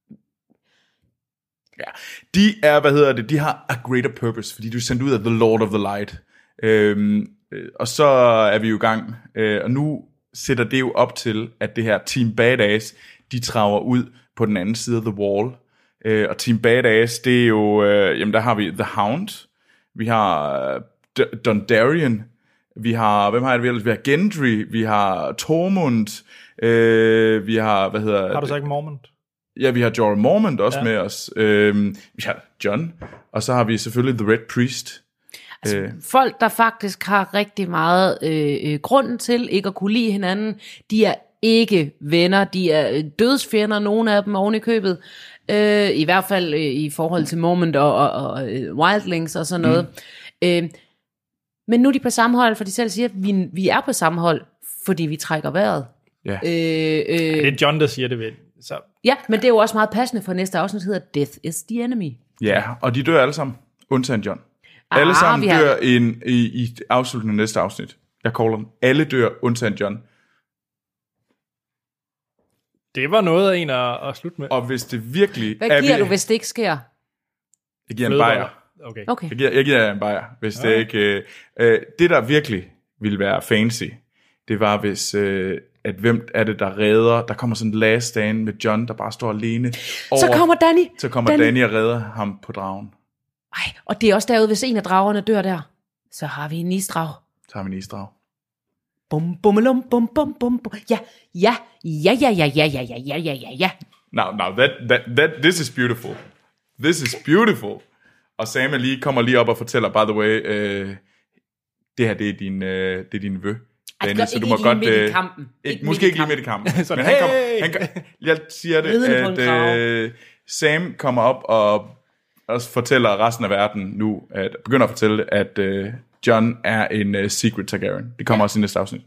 Ja, de er, hvad hedder det, de har a greater purpose, fordi du er sendt ud af The Lord of the Light. Øhm, øh, og så er vi jo i gang, øh, og nu sætter det jo op til, at det her Team Badass, de traver ud på den anden side af The Wall. Øh, og Team Badass, det er jo, øh, jamen der har vi The Hound, vi har øh, D- Dondarrion, vi har, hvem har det ellers? Vi har Gendry, vi har Tormund, øh, vi har, hvad hedder... Har du så ikke Mormont? Ja, vi har Jorah Mormont også ja. med os. Øh, vi har John, og så har vi selvfølgelig The Red Priest. Altså, øh. folk, der faktisk har rigtig meget øh, grund til ikke at kunne lide hinanden, de er ikke venner, de er dødsfjender, nogle af dem oven i købet, øh, i hvert fald øh, i forhold til Mormont og, og, og uh, Wildlings og sådan noget. Mm. Øh, Men nu er de på samme hold, for de selv siger, at vi, vi er på samme hold, fordi vi trækker vejret. Ja. Øh, øh, det er John, der siger det ved. Så. Ja, men det er jo også meget passende for næste afsnit, hedder Death is the Enemy. Ja, og de dør alle sammen, undtagen John. Alle ah, sammen har... dør i, i, i afslutningen af næste afsnit. Jeg caller dem. Alle dør, undtagen John. Det var noget af en at, at slutte med. Og hvis det virkelig... Hvad er giver vi... du, hvis det ikke sker? Jeg giver en bajer. Okay. okay. Jeg giver, jeg giver jer en bajer, hvis ja. det ikke... Øh, øh, det, der virkelig ville være fancy, det var, hvis... Øh, at hvem er det, der redder... Der kommer sådan en last stand med John, der bare står alene over... Så kommer Danny. Så kommer Danny. Danny og redder ham på dragen. Ej, og det er også derude, hvis en af dragerne dør der, så har vi en isdrag. Så har vi en isdrag. Bum, bummelum, bum, bum, bum, bum. Ja, ja, ja, ja, ja, ja, ja, ja, ja, ja, ja, ja. Now, now, that, that, that, this is beautiful. This is beautiful. Og Sam lige kommer lige op og fortæller, by the way, øh, det her, det er din, øh, det er din nevø. Danny, så du må godt... Midt i kampen. Ikke, ikke måske ikke lige midt i kampen. Men han kommer... Han, jeg siger det, at øh, Sam kommer op og, og fortæller resten af verden nu, at begynder at fortælle, at øh, John er en uh, secret Targaryen. Det kommer ja. også i næste afsnit.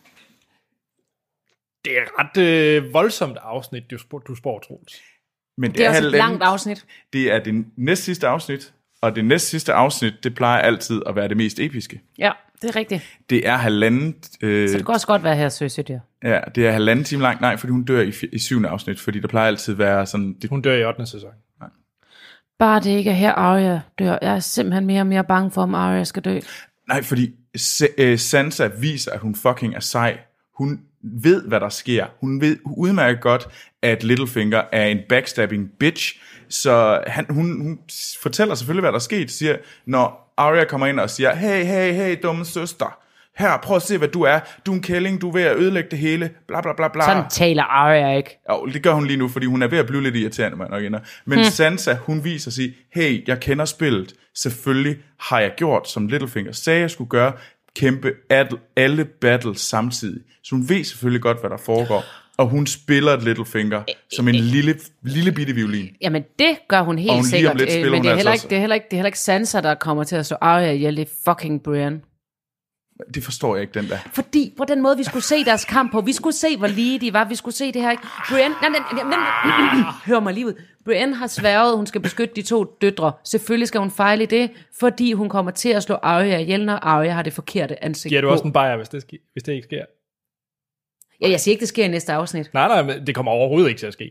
Det er et ret øh, voldsomt afsnit, du, spor, du spår, Troels. Men det, det er også et langt afsnit. Det er det næst sidste afsnit, og det næst sidste afsnit, det plejer altid at være det mest episke. Ja, det er rigtigt. Det er halvandet... Øh, så det kan også godt være her, Søsø, der. Ja, det er halvanden time langt. Nej, fordi hun dør i, i syvende afsnit, fordi der plejer altid at være sådan... Det, hun dør i ottende sæson. Nej. Bare det ikke er her, Arya dør. Jeg er simpelthen mere og mere bange for, om Arya skal dø. Nej, fordi Sansa viser, at hun fucking er sej. Hun ved, hvad der sker. Hun ved udmærket godt, at Littlefinger er en backstabbing bitch. Så han, hun, hun fortæller selvfølgelig, hvad der er sket. Siger, når Arya kommer ind og siger, hey, hey, hey, dumme søster. Her, prøv at se, hvad du er. Du er en kælling, du er ved at ødelægge det hele. Bla, bla, bla, bla. Sådan taler Arya ikke. Jo, det gør hun lige nu, fordi hun er ved at blive lidt irriterende, man nok ender. Men hmm. Sansa, hun viser sig, hey, jeg kender spillet. Selvfølgelig har jeg gjort, som Littlefinger sagde, jeg skulle gøre. Kæmpe alle battles samtidig. Så hun ved selvfølgelig godt, hvad der foregår. Og hun spiller Littlefinger som en lille, lille bitte violin. Jamen, det gør hun helt hun sikkert. Lidt, men det er, heller ikke, det, er heller ikke, det er heller ikke Sansa, der kommer til at stå Arya ihjel. Det er fucking Brienne. Det forstår jeg ikke, den der. Fordi på den måde, vi skulle se deres kamp på, vi skulle se, hvor lige de var, vi skulle se det her, ikke? Brienne, nej, nej, nej, nej, hør mig lige ud. Brienne har sværget, hun skal beskytte de to døtre. Selvfølgelig skal hun fejle i det, fordi hun kommer til at slå Arya ihjel, når Arya har det forkerte ansigt på. Giver du også en bajer, hvis det, sker, hvis det ikke sker? Ja, jeg siger ikke, det sker i næste afsnit. Nej, nej, men det kommer overhovedet ikke til at ske.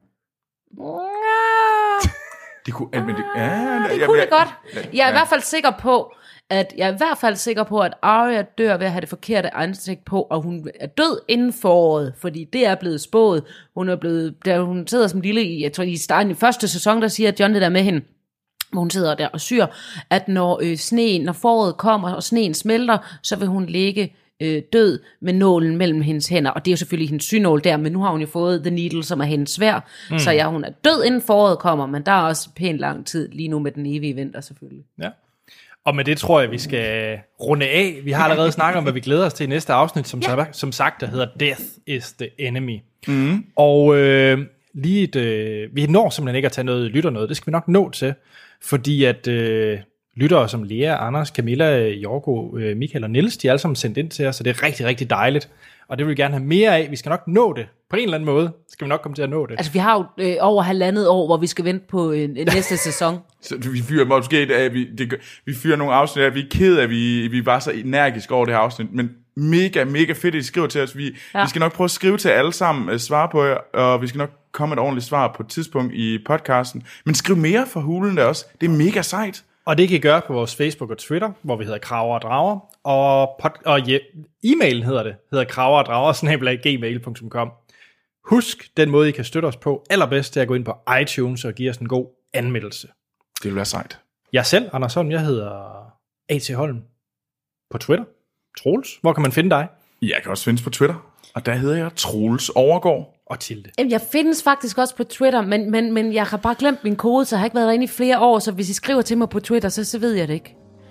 Det kunne, men det, ja, det jeg, kunne jeg, det godt. Jeg er ja. i hvert fald sikker på, at jeg er i hvert fald sikker på, at Arya dør ved at have det forkerte ansigt på, og hun er død inden foråret, fordi det er blevet spået. Hun er blevet, der hun sidder som lille i, jeg tror i starten i første sæson, der siger John det der med hende, hvor hun sidder der og syr, at når øh, sneen, når foråret kommer, og sneen smelter, så vil hun ligge øh, død med nålen mellem hendes hænder, og det er jo selvfølgelig hendes synål der, men nu har hun jo fået The Needle, som er hendes sværd, mm. så ja, hun er død inden foråret kommer, men der er også pænt lang tid lige nu med den evige vinter selvfølgelig. Ja. Og med det tror jeg, vi skal runde af. Vi har allerede snakket om, hvad vi glæder os til i næste afsnit, som, ja. som sagt, der hedder Death is the Enemy. Mm. Og øh, lige et, øh, vi når simpelthen ikke at tage noget lytter noget, det skal vi nok nå til, fordi at øh, lyttere som Lea, Anders, Camilla, Jorgo, øh, Michael og Niels, de er alle sammen sendt ind til os, så det er rigtig, rigtig dejligt. Og det vil vi gerne have mere af. Vi skal nok nå det. På en eller anden måde skal vi nok komme til at nå det. Altså, vi har jo øh, over halvandet år, hvor vi skal vente på øh, næste sæson. Så vi fyrer måske af, vi, det, vi fyrer nogle afsnit af, vi er ked af, at vi, vi var så energiske over det her afsnit, men mega, mega fedt, at I skriver til os. Vi, ja. vi skal nok prøve at skrive til alle sammen, uh, svare på jer, og vi skal nok komme et ordentligt svar på et tidspunkt i podcasten. Men skriv mere for hulen der også. Det er mega sejt. Og det kan I gøre på vores Facebook og Twitter, hvor vi hedder Kraver og Drager. Og, pod- og ja, e-mailen hedder det, hedder kraver og drager snabel-a gmail punktum com. Husk den måde, I kan støtte os på allerbedst, til at gå ind på iTunes og give os en god anmeldelse. Det vil være sejt. Jeg selv, Anders Holm, jeg hedder A T Holm på Twitter. Troels, hvor kan man finde dig? Jeg kan også findes på Twitter, og der hedder jeg Troels Overgaard. Og Tilde. Jamen, jeg findes faktisk også på Twitter, men, men, men jeg har bare glemt min kode, så jeg har ikke været derinde i flere år, så hvis I skriver til mig på Twitter, så, så ved jeg det ikke.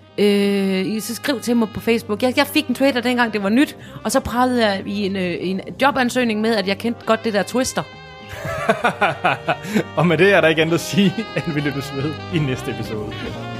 Øh, så skriv til mig på Facebook. Jeg, jeg fik en Twitter dengang, det var nyt, og så prallede jeg i en, øh, en jobansøgning med, at jeg kendte godt det der Twister. Og med det er der ikke andet at sige, end vi lyttes ved i næste episode.